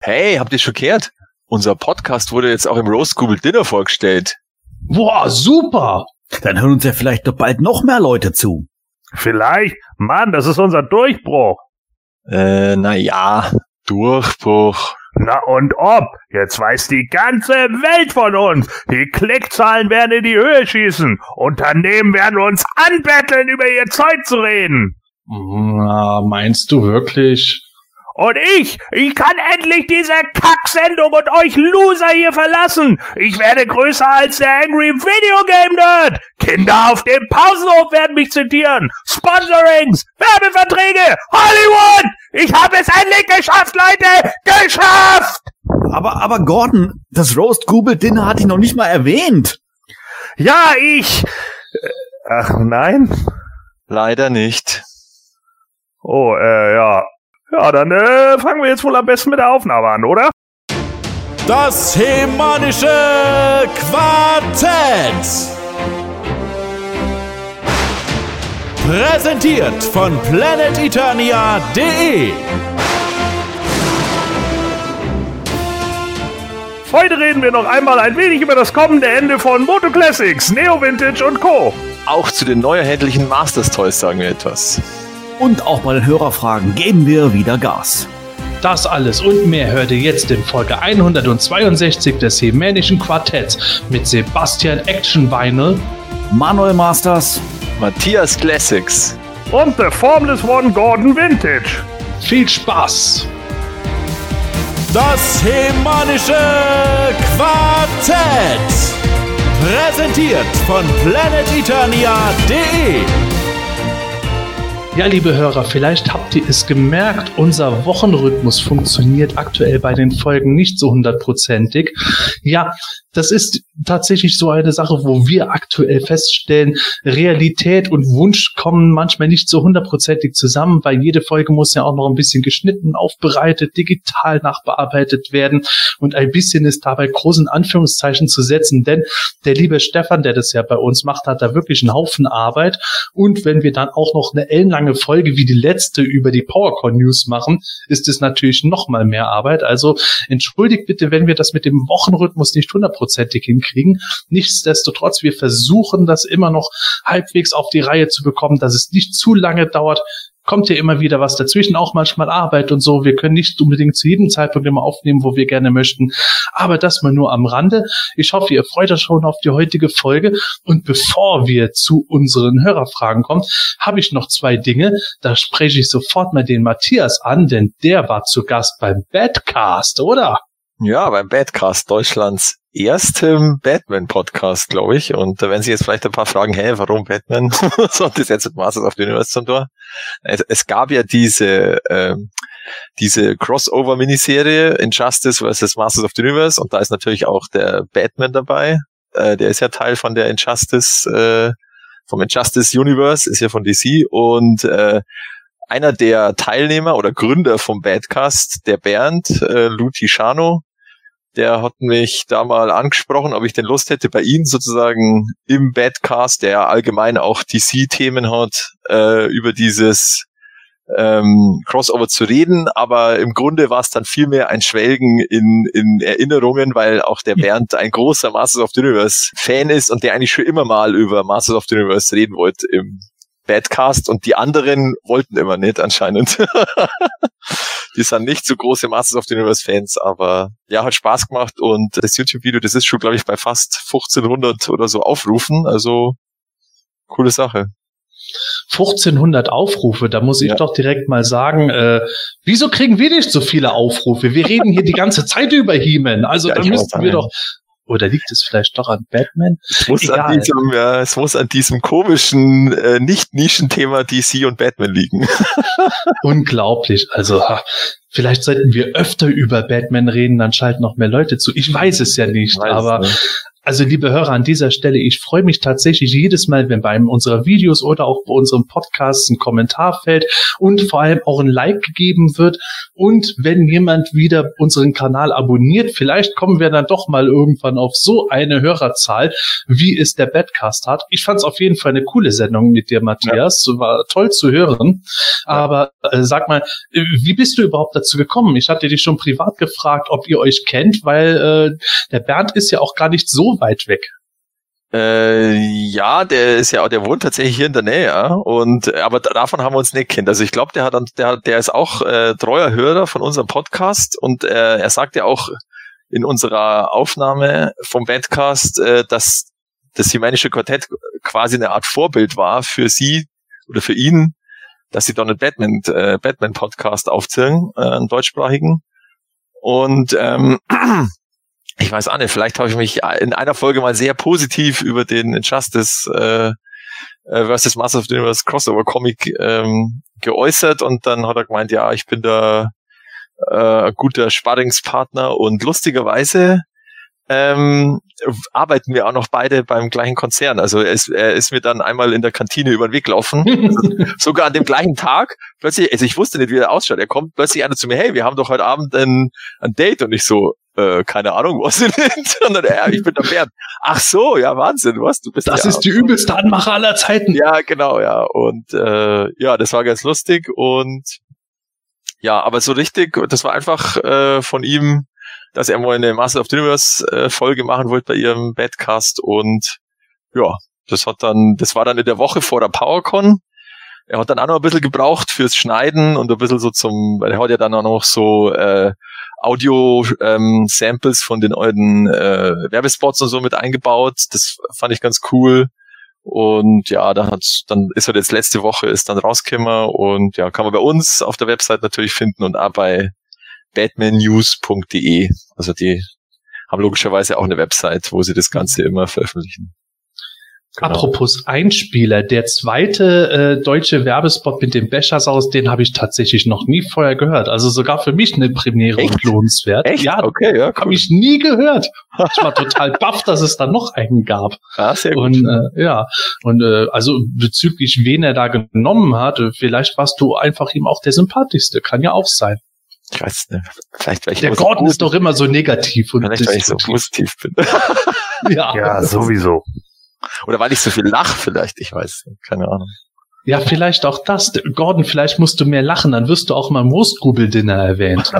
Hey, habt ihr schon gehört? Unser Podcast wurde jetzt auch im Roast Google Dinner vorgestellt. Boah, super! Dann hören uns ja vielleicht doch bald noch mehr Leute zu. Vielleicht? Mann, das ist unser Durchbruch. Naja, Durchbruch. Na und ob? Jetzt weiß die ganze Welt von uns. Die Klickzahlen werden in die Höhe schießen. Unternehmen werden uns anbetteln, über ihr Zeug zu reden. Na, meinst du wirklich? Und ich kann endlich diese Kacksendung und euch Loser hier verlassen. Ich werde größer als der Angry Video Game Nerd. Kinder auf dem Pausenhof werden mich zitieren. Sponsorings, Werbeverträge, Hollywood. Ich habe es endlich geschafft, Leute. Geschafft! Aber Gordon, das Roast Google Dinner hat ihn noch nicht mal erwähnt. Ja, Ach, nein? Leider nicht. Oh, ja. Ja, dann fangen wir jetzt wohl am besten mit der Aufnahme an, oder? Das Hemanische Quartett. Präsentiert von planeteternia.de. Heute reden wir noch einmal ein wenig über das kommende Ende von Moto Classics, Neo Vintage und Co. Auch zu den neu erhältlichen Masters Toys sagen wir etwas. Und auch bei den Hörerfragen geben wir wieder Gas. Das alles und mehr hört ihr jetzt in Folge 162 des Hemänischen Quartetts mit Sebastian Action Vinyl, Manuel Masters, Matthias Classics und The Formless One Gordon Vintage. Viel Spaß! Das Hemanische Quartett. Präsentiert von planeteternia.de. Ja, liebe Hörer, vielleicht habt ihr es gemerkt, unser Wochenrhythmus funktioniert aktuell bei den Folgen nicht so 100%. Ja, das ist tatsächlich so eine Sache, wo wir aktuell feststellen, Realität und Wunsch kommen manchmal nicht so 100% zusammen, weil jede Folge muss ja auch noch ein bisschen geschnitten, aufbereitet, digital nachbearbeitet werden und ein bisschen ist dabei großen Anführungszeichen zu setzen, denn der liebe Stefan, der das ja bei uns macht, hat da wirklich einen Haufen Arbeit und wenn wir dann auch noch eine ellenlange Folge wie die letzte über die PowerCon News machen, ist es natürlich noch mal mehr Arbeit, also entschuldigt bitte, wenn wir das mit dem Wochenrhythmus nicht 100% hinkriegen. Nichtsdestotrotz, wir versuchen das immer noch halbwegs auf die Reihe zu bekommen, dass es nicht zu lange dauert. Kommt ja immer wieder was dazwischen, auch manchmal Arbeit und so. Wir können nicht unbedingt zu jedem Zeitpunkt immer aufnehmen, wo wir gerne möchten. Aber das mal nur am Rande. Ich hoffe, ihr freut euch schon auf die heutige Folge. Und bevor wir zu unseren Hörerfragen kommen, habe ich noch zwei Dinge. Da spreche ich sofort mal den Matthias an, denn der war zu Gast beim Badcast, oder? Ja, beim Badcast, Deutschlands erstem Batman-Podcast, glaube ich. Und da werden sich jetzt vielleicht ein paar fragen, warum Batman? So, das jetzt mit Masters of the Universe zum Tor. Es gab ja diese Crossover-Miniserie Injustice vs. Masters of the Universe und da ist natürlich auch der Batman dabei. Der ist ja Teil von der vom Injustice Universe, ist ja von DC und einer der Teilnehmer oder Gründer vom Badcast, der Bernd Luciano, der hat mich da mal angesprochen, ob ich denn Lust hätte, bei ihm sozusagen im Badcast, der ja allgemein auch DC-Themen hat, über dieses Crossover zu reden, aber im Grunde war es dann vielmehr ein Schwelgen in Erinnerungen, weil auch der Bernd ein großer Masters of the Universe Fan ist und der eigentlich schon immer mal über Masters of the Universe reden wollte im Badcast und die anderen wollten immer nicht anscheinend. Die sind nicht so große Masters of the Universe Fans, aber ja, hat Spaß gemacht und das YouTube-Video, das ist schon, glaube ich, bei fast 1500 oder so Aufrufen, also coole Sache. 1500 Aufrufe, da muss ich doch direkt mal sagen, wieso kriegen wir nicht so viele Aufrufe? Wir reden hier die ganze Zeit über He-Man, also ja, da müssten wir doch... Oder liegt es vielleicht doch an Batman? Es muss an diesem komischen, Nicht-Nischen-Thema DC und Batman liegen. Unglaublich. Also, vielleicht sollten wir öfter über Batman reden, dann schalten noch mehr Leute zu. Ich weiß es ja nicht, Also, liebe Hörer, an dieser Stelle, ich freue mich tatsächlich jedes Mal, wenn bei unserer Videos oder auch bei unserem Podcast ein Kommentar fällt und vor allem auch ein Like gegeben wird. Und wenn jemand wieder unseren Kanal abonniert, vielleicht kommen wir dann doch mal irgendwann auf so eine Hörerzahl, wie es der Badcast hat. Ich fand es auf jeden Fall eine coole Sendung mit dir, Matthias. Ja. War toll zu hören. Aber sag mal, wie bist du überhaupt dazu gekommen? Ich hatte dich schon privat gefragt, ob ihr euch kennt, weil der Bernd ist ja auch gar nicht so weit weg. Ja, der wohnt tatsächlich hier in der Nähe, ja. Aber davon haben wir uns nicht kennt. Also ich glaube, der ist auch treuer Hörer von unserem Podcast und er sagt ja auch in unserer Aufnahme vom Badcast, dass das Hemanische Quartett quasi eine Art Vorbild war für sie oder für ihn, dass sie doch einen Batman-Podcast aufziehen, einen deutschsprachigen. Und ich weiß auch nicht, vielleicht habe ich mich in einer Folge mal sehr positiv über den Injustice vs. Masters of the Universe Crossover Comic geäußert und dann hat er gemeint, ja, ich bin da ein guter Sparringspartner und lustigerweise arbeiten wir auch noch beide beim gleichen Konzern. Also er ist mir dann einmal in der Kantine über den Weg gelaufen. Also sogar an dem gleichen Tag. Plötzlich, also ich wusste nicht, wie er ausschaut. Er kommt plötzlich einer zu mir, hey, wir haben doch heute Abend ein Date. Und ich so, keine Ahnung, was denn? Und dann, ja, ich bin der Bernd. Ach so, ja, Wahnsinn, was? Du bist das ist die übelste Anmache aller Zeiten. Ja, genau, ja. Und ja, das war ganz lustig. Und ja, aber so richtig, das war einfach von ihm, dass er mal eine Master of the Universe Folge machen wollte bei ihrem Badcast und ja, das war dann in der Woche vor der PowerCon. Er hat dann auch noch ein bisschen gebraucht fürs Schneiden und ein bisschen so weil er hat ja dann auch noch so Audio Samples von den alten Werbespots und so mit eingebaut. Das fand ich ganz cool. Und ja, dann ist er jetzt letzte Woche ist dann rausgekommen und ja, kann man bei uns auf der Website natürlich finden und auch bei batmannews.de. Also die haben logischerweise auch eine Website, wo sie das Ganze immer veröffentlichen. Genau. Apropos Einspieler, der zweite deutsche Werbespot mit dem Bechersaus, den habe ich tatsächlich noch nie vorher gehört. Also sogar für mich eine Premiere. Echt? Und lohnenswert. Echt? Ja, okay, ja, cool. Habe ich nie gehört. Ich war total baff, dass es da noch einen gab. Ah, sehr gut. Und also bezüglich wen er da genommen hat, vielleicht warst du einfach ihm auch der sympathischste. Kann ja auch sein. Ich weiß nicht. Vielleicht, weil ich der Gordon ist doch immer so negativ. Und vielleicht, weil ich so positiv bin. Ja, sowieso. Oder weil ich so viel lache vielleicht, ich weiß, keine Ahnung. Ja, vielleicht auch das. Gordon, vielleicht musst du mehr lachen, dann wirst du auch mal im Roastgubel-Dinner erwähnt.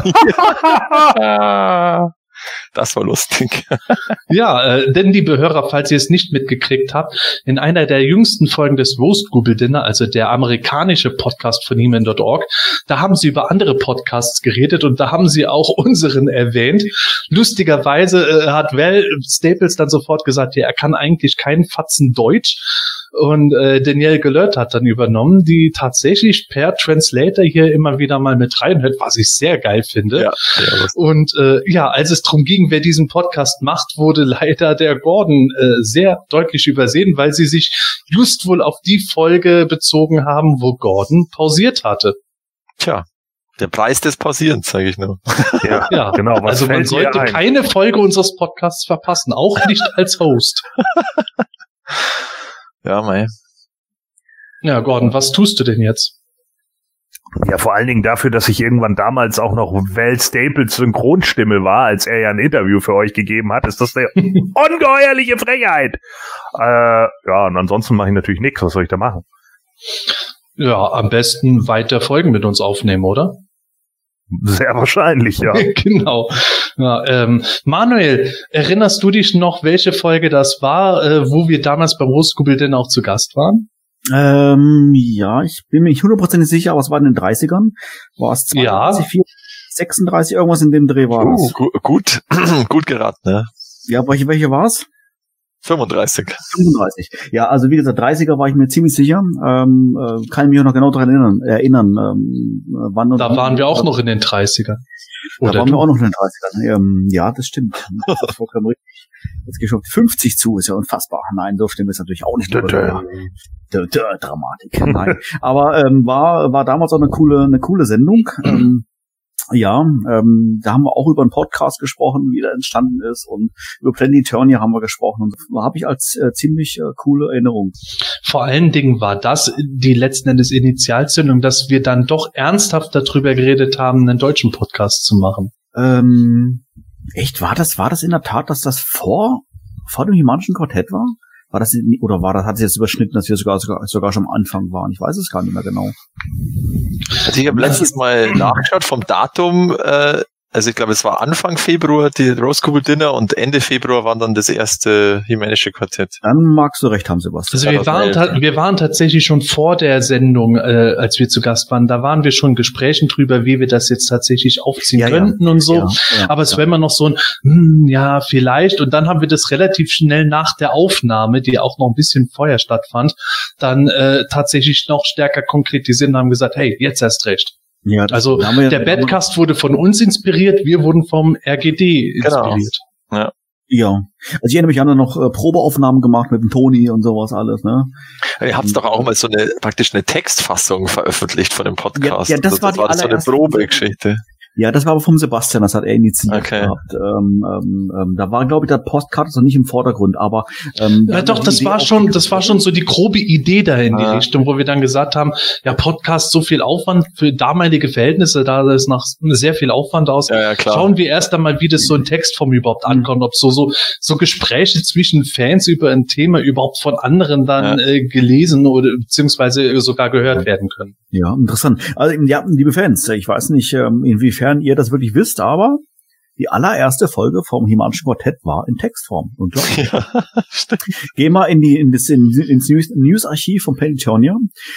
Das war lustig. Ja, denn liebe Hörer, falls ihr es nicht mitgekriegt habt, in einer der jüngsten Folgen des Roastgubel-Dinner, also der amerikanische Podcast von He-Man.org, da haben sie über andere Podcasts geredet und da haben sie auch unseren erwähnt. Lustigerweise hat Val Staples dann sofort gesagt, ja, er kann eigentlich keinen Fatzen Deutsch. Und Danielle Gelert hat dann übernommen, die tatsächlich per Translator hier immer wieder mal mit reinhört, was ich sehr geil finde. Ja, und als es darum ging, wer diesen Podcast macht, wurde leider der Gordon sehr deutlich übersehen, weil sie sich just wohl auf die Folge bezogen haben, wo Gordon pausiert hatte. Tja, der Preis des Pausierens, sage ich nur. Ja, genau. Also man sollte keine Folge unseres Podcasts verpassen, auch nicht als Host. Ja, mei. Ja, Gordon, was tust du denn jetzt? Ja, vor allen Dingen dafür, dass ich irgendwann damals auch noch Val Staples Synchronstimme war, als er ja ein Interview für euch gegeben hat, ist das eine ungeheuerliche Frechheit. Ja, und ansonsten mache ich natürlich nichts. Was soll ich da machen? Ja, am besten weiter Folgen mit uns aufnehmen, oder? Sehr wahrscheinlich, ja. Genau. Ja, Manuel, erinnerst du dich noch, welche Folge das war, wo wir damals beim Roastgubel denn auch zu Gast waren? Ja, ich bin mir nicht 100% sicher, aber es war in den 30ern. War es 32, 34, 36, irgendwas in dem Dreh war das. Gut geraten, ne? Ja, welche war's? 35. Ja, also wie gesagt, 30er war ich mir ziemlich sicher. Kann ich mich auch noch genau daran erinnern. Wann da waren wir auch noch in den 30ern. Da waren wir auch noch in den 30ern. Ja, das stimmt. Das ist vollkommen richtig. Jetzt geht schon auf 50 zu, ist ja unfassbar. Nein, so stimmt es natürlich auch nicht. Dramatik. Nein. Aber war damals auch eine coole Sendung. Ja, da haben wir auch über einen Podcast gesprochen, wie der entstanden ist, und über Planetonia haben wir gesprochen, und da habe ich als ziemlich coole Erinnerung. Vor allen Dingen war das die letzten Endes Initialzündung, dass wir dann doch ernsthaft darüber geredet haben, einen deutschen Podcast zu machen. Echt, war das in der Tat, dass das vor dem Himanischen Quartett war? War das hat es jetzt überschnitten, dass wir sogar schon am Anfang waren? Ich weiß es gar nicht mehr genau. Also ich habe letztes Mal nachgeschaut vom Datum, also ich glaube, es war Anfang Februar die Roskubel Dinner und Ende Februar war dann das erste Himanische Quartett. Dann magst du recht haben, Sebastian. Also wir waren tatsächlich schon vor der Sendung, als wir zu Gast waren, da waren wir schon in Gesprächen drüber, wie wir das jetzt tatsächlich aufziehen könnten und so. Aber es war immer noch so ein, vielleicht. Und dann haben wir das relativ schnell nach der Aufnahme, die auch noch ein bisschen vorher stattfand, dann tatsächlich noch stärker konkretisiert und haben gesagt, hey, jetzt erst recht. Ja, also der Badcast wurde von uns inspiriert, wir wurden vom RGD inspiriert. Genau. Ja. Also ich erinnere mich an noch Probeaufnahmen gemacht mit dem Toni und sowas alles, ne? Ihr habt doch auch mal praktisch eine Textfassung veröffentlicht von dem Podcast. Ja, das war so eine Probegeschichte. Ja, das war aber vom Sebastian, das hat er initiiert gehabt. Da war, glaube ich, der Podcast noch nicht im Vordergrund, aber das war schon so die grobe Idee da in die Richtung, wo wir dann gesagt haben, ja, Podcast, so viel Aufwand für damalige Verhältnisse, da ist nach sehr viel Aufwand aus. Ja, klar. Schauen wir erst einmal, wie das so in Textform überhaupt ankommt, ob so Gespräche zwischen Fans über ein Thema überhaupt von anderen dann gelesen oder beziehungsweise sogar gehört werden können. Ja, interessant. Also, ja, liebe Fans, ich weiß nicht, inwiefern ihr das wirklich wisst, aber die allererste Folge vom Himanischen Quartett war in Textform. Unglaublich. Ja, geh mal ins News-Archiv von Planetonia.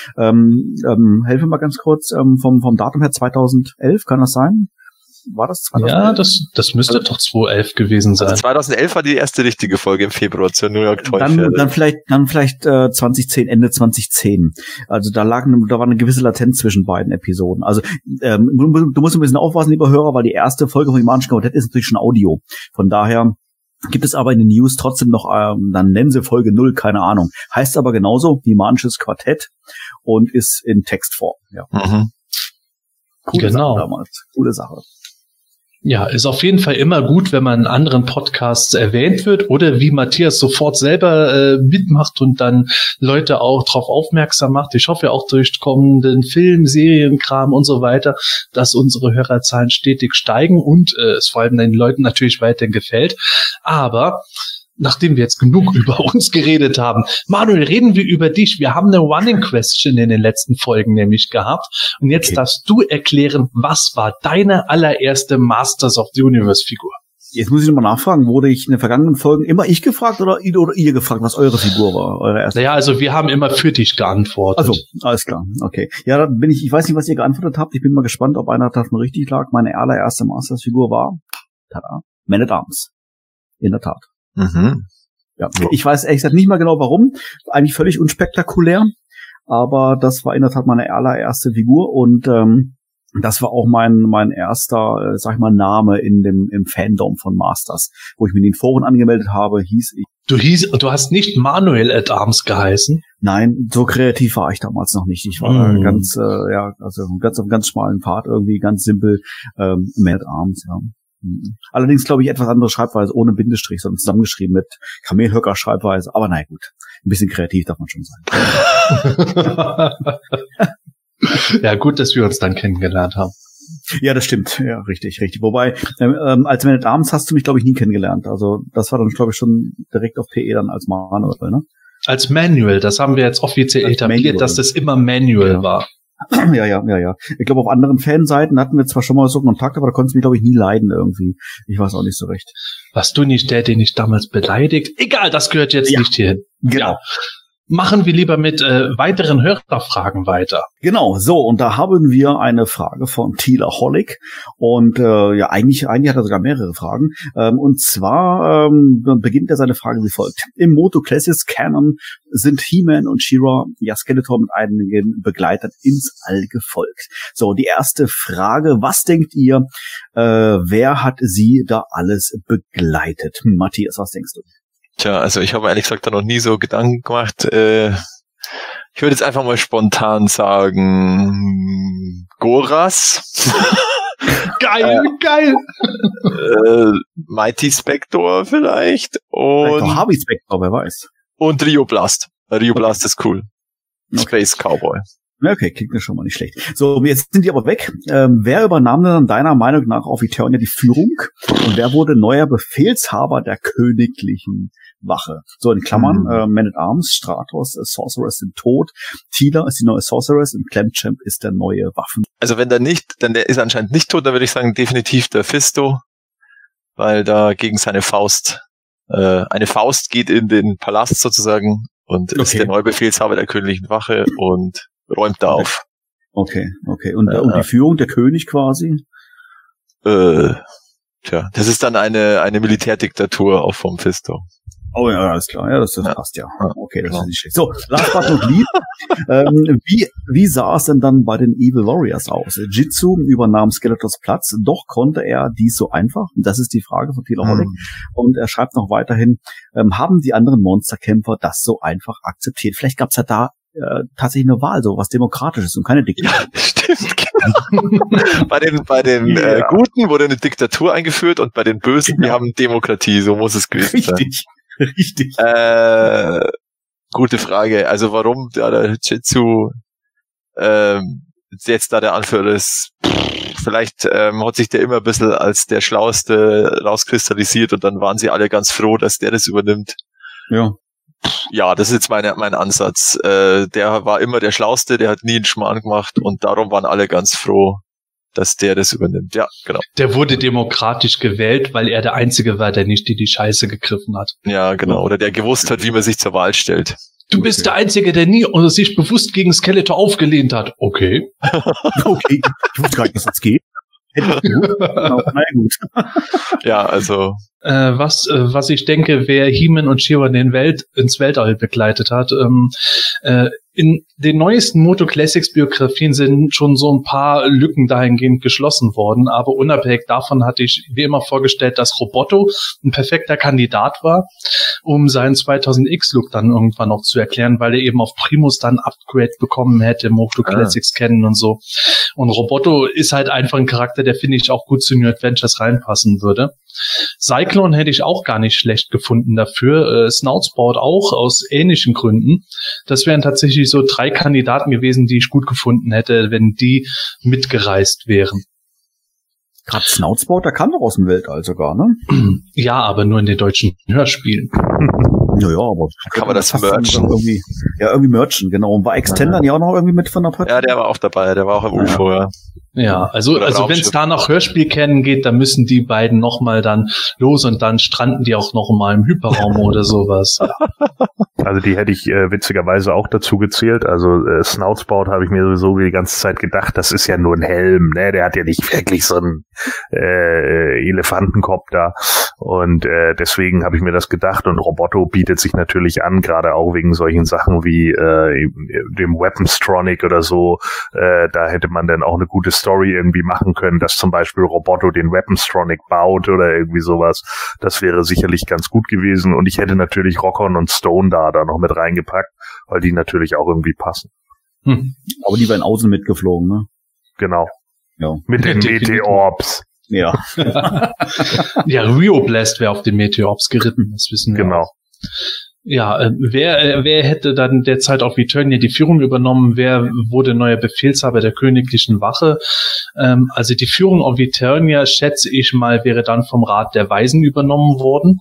Helfe mal ganz kurz vom Datum her 2011, kann das sein? War das 2011? Ja, das müsste doch 2011 gewesen sein. Also 2011 war die erste richtige Folge im Februar zur New York Toy Fair. Dann vielleicht 2010, Ende 2010. Also da war eine gewisse Latenz zwischen beiden Episoden. Also du musst ein bisschen aufpassen, lieber Hörer, weil die erste Folge von Himanischen Quartett ist natürlich schon Audio. Von daher gibt es aber in den News trotzdem noch, dann nennen sie Folge 0, keine Ahnung. Heißt aber genauso Himanisches Quartett und ist in Textform. Ja. Mhm. Coole Sache damals. Coole Sache. Ja, ist auf jeden Fall immer gut, wenn man in anderen Podcasts erwähnt wird oder wie Matthias sofort selber mitmacht und dann Leute auch darauf aufmerksam macht. Ich hoffe auch durch kommenden Film, Serienkram und so weiter, dass unsere Hörerzahlen stetig steigen und es vor allem den Leuten natürlich weiterhin gefällt. Aber nachdem wir jetzt genug über uns geredet haben, Manuel, reden wir über dich. Wir haben eine Running Question in den letzten Folgen nämlich gehabt. Und jetzt darfst du erklären, was war deine allererste Masters of the Universe Figur? Jetzt muss ich nochmal nachfragen, wurde ich in den vergangenen Folgen immer ich gefragt oder ihr gefragt, was eure Figur war? Eure erste? Naja, also wir haben immer für dich geantwortet. Also, alles klar, okay. Ja, da bin ich weiß nicht, was ihr geantwortet habt. Ich bin mal gespannt, ob einer davon richtig lag. Meine allererste Masters Figur war, Man at Arms. In der Tat. Mhm. Ja, ich weiß ehrlich gesagt nicht mal genau warum. Eigentlich völlig unspektakulär, aber das war in der Tat meine allererste Figur und das war auch mein erster, sag ich mal, Name im Fandom von Masters, wo ich mich in den Foren angemeldet habe, hieß ich. Du hast nicht Manuel at Arms geheißen? Nein, so kreativ war ich damals noch nicht. Ich war ganz auf einem ganz schmalen Pfad irgendwie, ganz simpel, Man at Arms, ja. Allerdings, glaube ich, etwas andere Schreibweise, ohne Bindestrich, sondern zusammengeschrieben mit Kamelhöcker-Schreibweise. Aber naja, gut. Ein bisschen kreativ darf man schon sein. Ja, gut, dass wir uns dann kennengelernt haben. Ja, das stimmt. Ja, richtig. Wobei, als Man at Arms hast du mich, glaube ich, nie kennengelernt. Also, das war dann, glaube ich, schon direkt auf PE dann als Manuel, ne? Als Manuel. Das haben wir jetzt offiziell etabliert, dass das immer Manuel war. Ja. Ich glaube, auf anderen Fanseiten hatten wir zwar schon mal so Kontakt, aber da konntest du mich, glaube ich, nie leiden irgendwie. Ich weiß auch nicht so recht. Warst du nicht der, den ich damals beleidigt? Egal, das gehört jetzt nicht hierhin. Genau. Ja. Machen wir lieber mit weiteren Hörerfragen weiter. Genau, so, und da haben wir eine Frage von Tila Holic und eigentlich hat er sogar mehrere Fragen. Und zwar beginnt er seine Frage wie folgt. Im Moto Classics Canon sind He-Man und She-Ra, ja Skeletor mit einigen Begleitern ins All gefolgt. So, die erste Frage, was denkt ihr, wer hat sie da alles begleitet? Matthias, was denkst du? Tja, also ich habe ehrlich gesagt da noch nie so Gedanken gemacht. Ich würde jetzt einfach mal spontan sagen, Goras. Geil. Mighty Spector vielleicht. Vielleicht Und noch Harvey Spector, wer weiß. Rio Blast. Rio Blast ist cool. Space Cowboy. Okay, klingt mir schon mal nicht schlecht. So, jetzt sind die aber weg. Wer übernahm denn deiner Meinung nach auf Eternia die Führung? Und wer wurde neuer Befehlshaber der königlichen Wache? So, in Klammern, Man-at-Arms, Stratos, Sorceress sind tot, Tila ist die neue Sorceress und Clamchamp ist der neue Waffen. Also wenn der ist anscheinend nicht tot, dann würde ich sagen definitiv der Fisto, weil da gegen seine Faust, eine Faust geht in den Palast sozusagen und ist der neue Befehlshaber der königlichen Wache und räumt da auf. Okay. Und die Führung, der König quasi? Das ist dann eine Militärdiktatur auch vom Fisto. Oh ja, alles klar. Ja, das passt ja. Okay, das ist nicht schlecht. So, last but not least. Wie sah es denn dann bei den Evil Warriors aus? Jitsu übernahm Skeletors Platz, doch konnte er dies so einfach? Und das ist die Frage von Taylor Hollick. Und er schreibt noch weiterhin, haben die anderen Monsterkämpfer das so einfach akzeptiert? Vielleicht gab es ja da tatsächlich eine Wahl, so was Demokratisches und keine Diktatur. Ja, stimmt, genau. Bei den Guten wurde eine Diktatur eingeführt und bei den Bösen, die haben Demokratie, so muss es gewesen sein. Richtig. Gute Frage. Also warum der Jitsu jetzt da der Anführer ist, vielleicht hat sich der immer ein bisschen als der Schlauste rauskristallisiert und dann waren sie alle ganz froh, dass der das übernimmt. Ja, das ist jetzt mein Ansatz. Der war immer der Schlauste, der hat nie einen Schmarrn gemacht und darum waren alle ganz froh, dass der das übernimmt. Ja, genau. Der wurde demokratisch gewählt, weil er der Einzige war, der nicht die Scheiße gegriffen hat. Ja, genau. Oder der gewusst hat, wie man sich zur Wahl stellt. Du bist der Einzige, der nie oder sich bewusst gegen Skeletor aufgelehnt hat. Okay. Okay. Ich wusste gar nicht, dass das geht. Na gut. Ja, also. Was ich denke, wer He-Man und She-Ra ins Weltall begleitet hat, in den neuesten Moto Classics Biografien sind schon so ein paar Lücken dahingehend geschlossen worden, aber unabhängig davon hatte ich wie immer vorgestellt, dass Roboto ein perfekter Kandidat war, um seinen 2000X-Look dann irgendwann noch zu erklären, weil er eben auf Primus dann Upgrade bekommen hätte, Moto Classics kennen und so. Und Roboto ist halt einfach ein Charakter, der finde ich auch gut zu New Adventures reinpassen würde. Cyclone hätte ich auch gar nicht schlecht gefunden dafür. Snoutspout auch, aus ähnlichen Gründen. Das wären tatsächlich so 3 Kandidaten gewesen, die ich gut gefunden hätte, wenn die mitgereist wären. Gerade Snoutspout, der kam doch aus dem Weltall sogar, ne? Ja, aber nur in den deutschen Hörspielen. Naja, aber kann man das merchen? Irgendwie merchen, genau. Und war Extendern ja auch noch irgendwie mit von der Partie? Ja, der war auch dabei, der war auch im UFO, ja. Ja, also wenn es da nach Hörspielkennen geht, dann müssen die beiden nochmal dann los und dann stranden die auch noch mal im Hyperraum oder sowas. Also die hätte ich witzigerweise auch dazu gezählt. Also Snoutspout habe ich mir sowieso die ganze Zeit gedacht, das ist ja nur ein Helm, ne? Der hat ja nicht wirklich so einen Elefantenkopf da. Und deswegen habe ich mir das gedacht. Und Roboto bietet sich natürlich an, gerade auch wegen solchen Sachen wie dem Weaponstronic oder so. Da hätte man dann auch eine gute Story irgendwie machen können, dass zum Beispiel Roboto den Weaponstronic baut oder irgendwie sowas. Das wäre sicherlich ganz gut gewesen. Und ich hätte natürlich Rockon und Stone da noch mit reingepackt, weil die natürlich auch irgendwie passen. Aber die wären außen mitgeflogen, ne? Genau. Ja. Mit den Meteorops. Ja. Ja, Rio Blast wäre auf den Meteorops geritten, das wissen wir. Genau. Auch. Ja, wer hätte dann derzeit auf Eternia die Führung übernommen? Wer wurde neuer Befehlshaber der königlichen Wache? Also die Führung auf Eternia, schätze ich mal, wäre dann vom Rat der Weisen übernommen worden.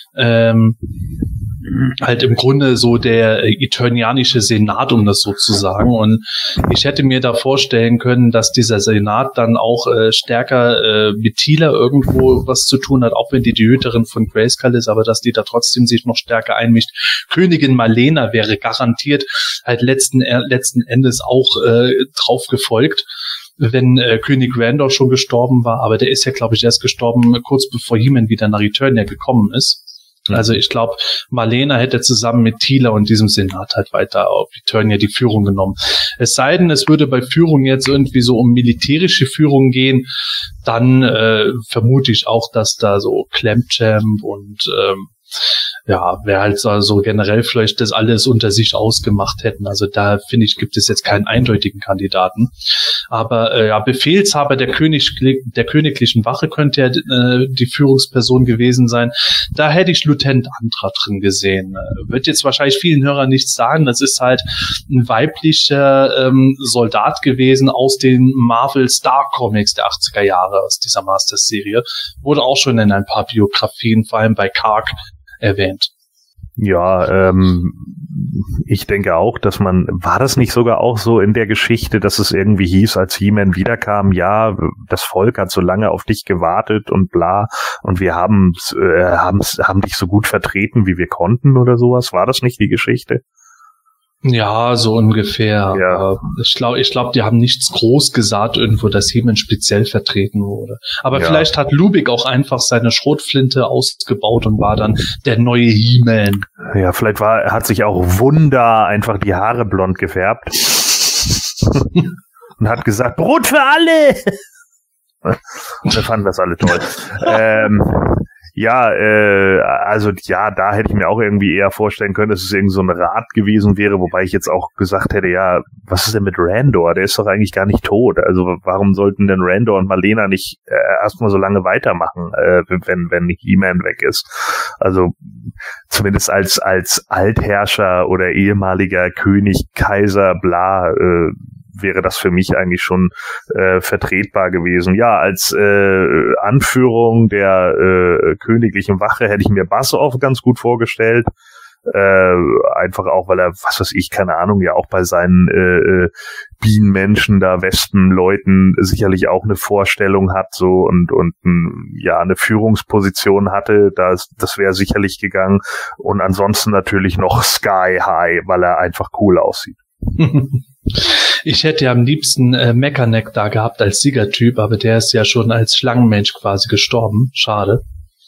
Halt im Grunde so der eternianische Senat, um das so zu sagen. Und ich hätte mir da vorstellen können, dass dieser Senat dann auch stärker mit Tila irgendwo was zu tun hat, auch wenn die Hüterin von Grayskull ist, aber dass die da trotzdem sich noch stärker einmischt. Königin Malena wäre garantiert halt letzten Endes auch drauf gefolgt, wenn König Randor schon gestorben war, aber der ist ja, glaube ich, erst gestorben, kurz bevor He-Man wieder nach Eternia gekommen ist. Also ich glaube, Malena hätte zusammen mit Tila und diesem Senat halt weiter auf Eternia die Führung genommen. Es sei denn, es würde bei Führung jetzt irgendwie so um militärische Führung gehen, dann vermute ich auch, dass da so Clamchamp und wer halt so generell vielleicht das alles unter sich ausgemacht hätten. Also da, finde ich, gibt es jetzt keinen eindeutigen Kandidaten. Aber Befehlshaber der königlichen Wache könnte ja die Führungsperson gewesen sein. Da hätte ich Lieutenant Andra drin gesehen. Wird jetzt wahrscheinlich vielen Hörern nichts sagen. Das ist halt ein weiblicher Soldat gewesen aus den Marvel Star Comics der 80er Jahre, aus dieser Masters-Serie. Wurde auch schon in ein paar Biografien, vor allem bei Karg, erwähnt. Ja, ich denke auch, dass war das nicht sogar auch so in der Geschichte, dass es irgendwie hieß, als He-Man wiederkam, ja, das Volk hat so lange auf dich gewartet und bla, und wir haben dich so gut vertreten, wie wir konnten oder sowas? War das nicht die Geschichte? Ja, so ungefähr. Ja. Ich glaube, die haben nichts groß gesagt irgendwo, dass He-Man speziell vertreten wurde. Aber vielleicht hat Lubick auch einfach seine Schrotflinte ausgebaut und war dann der neue He-Man. Ja, vielleicht hat sich auch Wunda einfach die Haare blond gefärbt und hat gesagt, Brot für alle! Wir fanden das alle toll. Da hätte ich mir auch irgendwie eher vorstellen können, dass es irgend so ein Rat gewesen wäre, wobei ich jetzt auch gesagt hätte, ja, was ist denn mit Randor? Der ist doch eigentlich gar nicht tot. Also warum sollten denn Randor und Marlena nicht erstmal so lange weitermachen, wenn He-Man weg ist? Also zumindest als Altherrscher oder ehemaliger König, Kaiser, bla, wäre das für mich eigentlich schon vertretbar gewesen. Ja, als Anführung der königlichen Wache hätte ich mir Bassoff ganz gut vorgestellt. Einfach auch, weil er, was weiß ich, keine Ahnung, ja auch bei seinen Bienenmenschen da, Wespenleuten sicherlich auch eine Vorstellung hat so und eine Führungsposition hatte. Das wäre sicherlich gegangen. Und ansonsten natürlich noch Sky High, weil er einfach cool aussieht. Ich hätte ja am liebsten Mechaneck da gehabt als Siegertyp, aber der ist ja schon als Schlangenmensch quasi gestorben. Schade.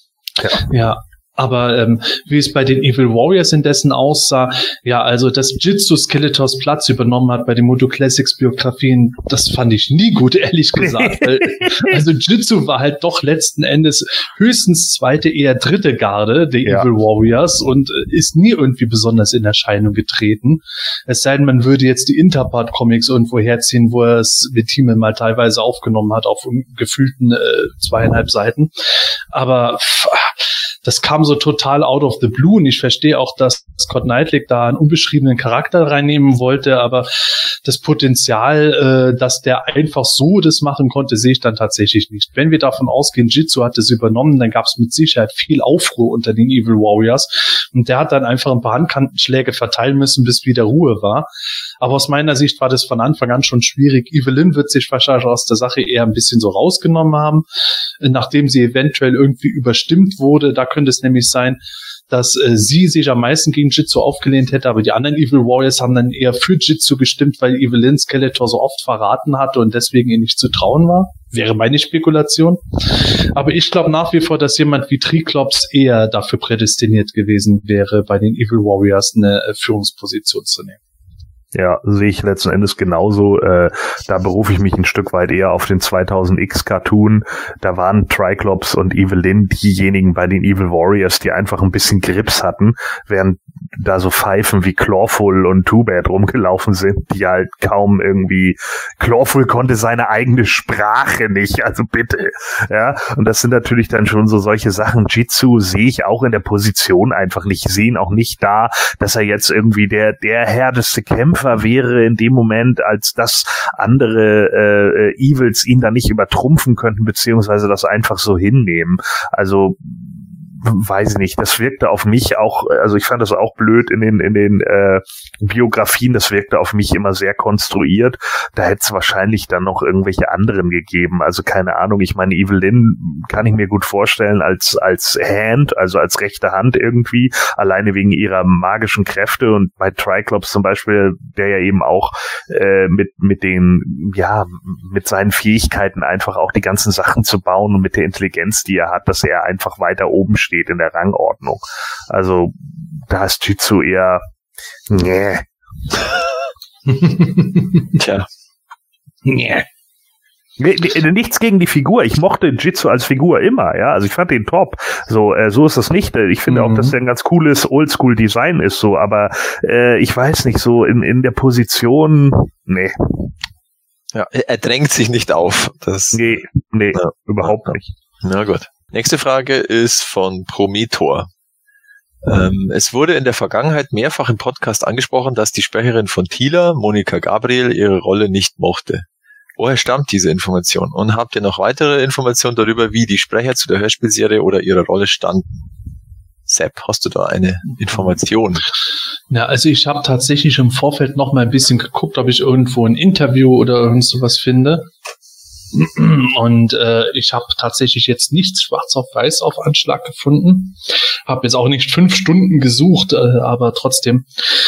Ja. Aber wie es bei den Evil Warriors indessen aussah, ja, also dass Jitsu Skeletors Platz übernommen hat bei den Moto Classics Biografien, das fand ich nie gut, ehrlich gesagt. Also Jitsu war halt doch letzten Endes höchstens zweite, eher dritte Garde der Evil Warriors und ist nie irgendwie besonders in Erscheinung getreten. Es sei denn, man würde jetzt die Interpart Comics irgendwo herziehen, wo er es mit He-Man mal teilweise aufgenommen hat auf gefühlten 2,5 Seiten. Aber das kam so total out of the blue und ich verstehe auch, dass Scott Neitlich da einen unbeschriebenen Charakter reinnehmen wollte, aber das Potenzial, dass der einfach so das machen konnte, sehe ich dann tatsächlich nicht. Wenn wir davon ausgehen, Jitsu hat es übernommen, dann gab es mit Sicherheit viel Aufruhr unter den Evil Warriors und der hat dann einfach ein paar Handkantenschläge verteilen müssen, bis wieder Ruhe war. Aber aus meiner Sicht war das von Anfang an schon schwierig. Evelyn wird sich wahrscheinlich aus der Sache eher ein bisschen so rausgenommen haben, nachdem sie eventuell irgendwie überstimmt wurde. Da könnte es nämlich sein, dass sie sich am meisten gegen Jitsu aufgelehnt hätte, aber die anderen Evil Warriors haben dann eher für Jitsu gestimmt, weil Evelyn Skeletor so oft verraten hatte und deswegen ihr nicht zu trauen war. Wäre meine Spekulation. Aber ich glaube nach wie vor, dass jemand wie Triklops eher dafür prädestiniert gewesen wäre, bei den Evil Warriors eine Führungsposition zu nehmen. Ja, sehe ich letzten Endes genauso. Da berufe ich mich ein Stück weit eher auf den 2000X Cartoon. Da waren Triklops und Evelyn diejenigen bei den Evil Warriors, die einfach ein bisschen Grips hatten, während da so Pfeifen wie Clawful und Too Bad rumgelaufen sind, die halt kaum irgendwie, Clawful konnte seine eigene Sprache nicht, also bitte. Ja, und das sind natürlich dann schon so solche Sachen. Jitsu sehe ich auch in der Position einfach nicht. Ich sehe ihn auch nicht da, dass er jetzt irgendwie der härteste Kämpfer wäre in dem Moment, als dass andere Evils ihn da nicht übertrumpfen könnten, beziehungsweise das einfach so hinnehmen. Also weiß ich nicht, das wirkte auf mich auch, also ich fand das auch blöd in den Biografien, das wirkte auf mich immer sehr konstruiert. Da hätte es wahrscheinlich dann noch irgendwelche anderen gegeben, also keine Ahnung, ich meine, Evelyn kann ich mir gut vorstellen als Hand, also als rechte Hand irgendwie, alleine wegen ihrer magischen Kräfte, und bei Triklops zum Beispiel, der ja eben auch mit seinen Fähigkeiten einfach auch die ganzen Sachen zu bauen und mit der Intelligenz, die er hat, dass er einfach weiter oben steht in der Rangordnung. Also da ist Jitsu eher Tja. Nichts gegen die Figur. Ich mochte Jitsu als Figur immer, ja. Also ich fand den top. So ist das nicht. Ich finde auch, dass der ein ganz cooles Oldschool-Design ist, so. Aber ich weiß nicht, so in der Position, nee. Ja, er drängt sich nicht auf. Nee, ja, überhaupt nicht. Na gut. Nächste Frage ist von Prometor. Es wurde in der Vergangenheit mehrfach im Podcast angesprochen, dass die Sprecherin von Teela, Monica Gabriel, ihre Rolle nicht mochte. Woher stammt diese Information? Und habt ihr noch weitere Informationen darüber, wie die Sprecher zu der Hörspielserie oder ihrer Rolle standen? Sepp, hast du da eine Information? Ja, also ich habe tatsächlich im Vorfeld noch mal ein bisschen geguckt, ob ich irgendwo ein Interview oder irgend sowas finde. Und ich habe tatsächlich jetzt nichts schwarz auf weiß auf Anschlag gefunden. Habe jetzt auch nicht 5 Stunden gesucht, aber trotzdem.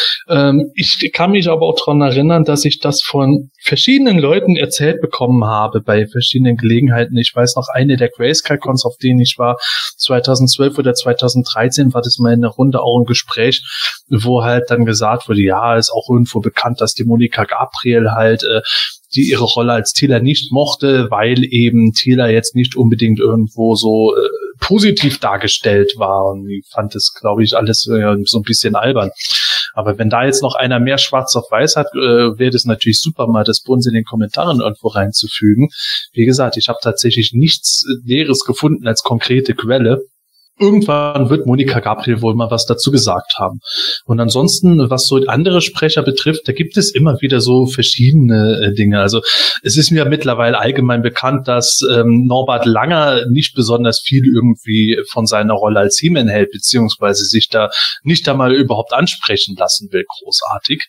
Ich kann mich aber auch daran erinnern, dass ich das von verschiedenen Leuten erzählt bekommen habe bei verschiedenen Gelegenheiten. Ich weiß noch, eine der Grayscale-Cons, auf denen ich war, 2012 oder 2013, war das mal in der Runde auch ein Gespräch, wo halt dann gesagt wurde, ja, ist auch irgendwo bekannt, dass die Monica Gabriel halt die ihre Rolle als Teela nicht mochte, weil eben Teela jetzt nicht unbedingt irgendwo so positiv dargestellt war. Und ich fand das, glaube ich, alles so ein bisschen albern. Aber wenn da jetzt noch einer mehr schwarz auf weiß hat, wäre das natürlich super, mal das bei uns in den Kommentaren irgendwo reinzufügen. Wie gesagt, ich habe tatsächlich nichts Näheres gefunden als konkrete Quelle. Irgendwann wird Monica Gabriel wohl mal was dazu gesagt haben. Und ansonsten, was so andere Sprecher betrifft, da gibt es immer wieder so verschiedene Dinge. Also es ist mir mittlerweile allgemein bekannt, dass Norbert Langer nicht besonders viel irgendwie von seiner Rolle als He-Man hält, beziehungsweise sich da nicht einmal überhaupt ansprechen lassen will, großartig.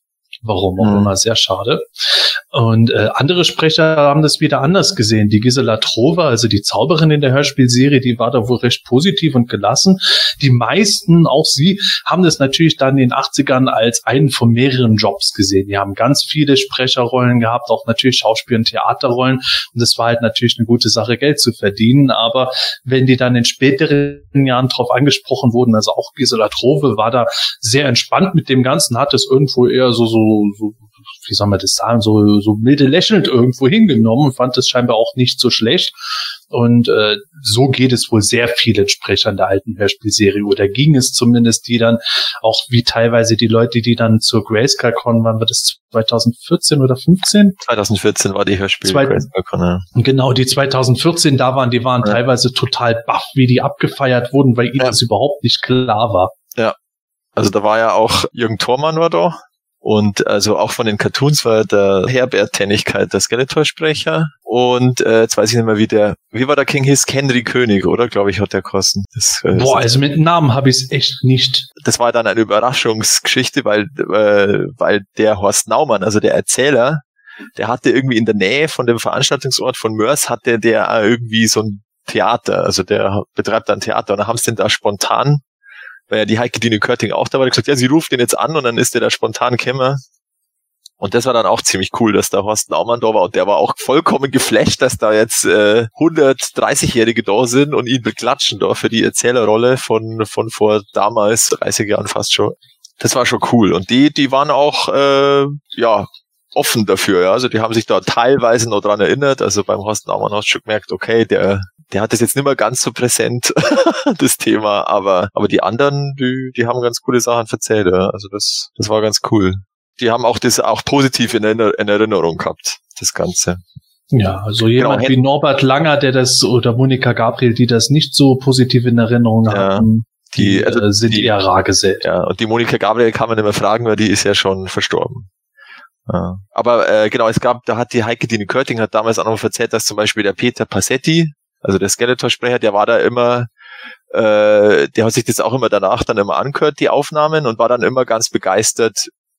Warum auch immer, sehr schade. Und andere Sprecher haben das wieder anders gesehen. Die Gisela Trova, also die Zauberin in der Hörspielserie, die war da wohl recht positiv und gelassen. Die meisten, auch sie, haben das natürlich dann in den 80ern als einen von mehreren Jobs gesehen. Die haben ganz viele Sprecherrollen gehabt, auch natürlich Schauspiel- und Theaterrollen. Und das war halt natürlich eine gute Sache, Geld zu verdienen. Aber wenn die dann in späteren Jahren drauf angesprochen wurden, also auch Gisela Trove war da sehr entspannt mit dem Ganzen, hat es irgendwo eher so, wie soll man das sagen, so milde lächelnd irgendwo hingenommen und fand es scheinbar auch nicht so schlecht. Und so geht es wohl sehr vielen Sprechern der alten Hörspielserie, oder ging es zumindest, die dann auch wie teilweise die Leute, die dann zur Grayscale-Con waren, war das 2014 oder 15? 2014 war die Hörspiel-Grayscale-Con, ja. Genau, die 2014 da waren, die waren teilweise total baff, wie die abgefeiert wurden, weil ihnen das überhaupt nicht klar war. Ja, also da war ja auch Jürgen Thormann war da. Und also auch von den Cartoons war der Herbert Tennigkeit der Skeletor-Sprecher. Und jetzt weiß ich nicht mehr, wie war der King hieß? Henry König, oder? Glaube ich, hat der kosten. Also mit Namen habe ich es echt nicht. Das war dann eine Überraschungsgeschichte, weil der Horst Naumann, also der Erzähler, der hatte irgendwie in der Nähe von dem Veranstaltungsort von Mörs, hatte der irgendwie so ein Theater, also der betreibt ein Theater. Und da haben sie den da spontan, weil ja die Heike-Dine Körting auch da war, gesagt, ja, sie ruft den jetzt an und dann ist der da spontan gekommen. Und das war dann auch ziemlich cool, dass da Horst Naumann da war und der war auch vollkommen geflasht, dass da jetzt 130-Jährige da sind und ihn beklatschen da für die Erzählerrolle von vor damals 30 Jahren fast schon. Das war schon cool. Und die waren auch offen dafür, ja. Also die haben sich da teilweise noch dran erinnert. Also beim Horst Naumann hast du schon gemerkt, okay, der hat das jetzt nicht mehr ganz so präsent, das Thema, aber die anderen, die haben ganz coole Sachen erzählt, ja. Also das war ganz cool. Die haben auch das auch positiv in Erinnerung gehabt, das Ganze. Ja, also jemand wie Norbert Langer, oder Monica Gabriel, die das nicht so positiv in Erinnerung haben, die sind eher rar gesät. Ja, und die Monica Gabriel kann man nicht mehr fragen, weil die ist ja schon verstorben. Ja. Aber genau, da hat die Heike-Dine Körting hat damals auch noch erzählt, dass zum Beispiel der Peter Passetti, also der Skeletor-Sprecher, der war da immer, der hat sich das auch immer danach dann immer angehört, die Aufnahmen, und war dann immer ganz begeistert,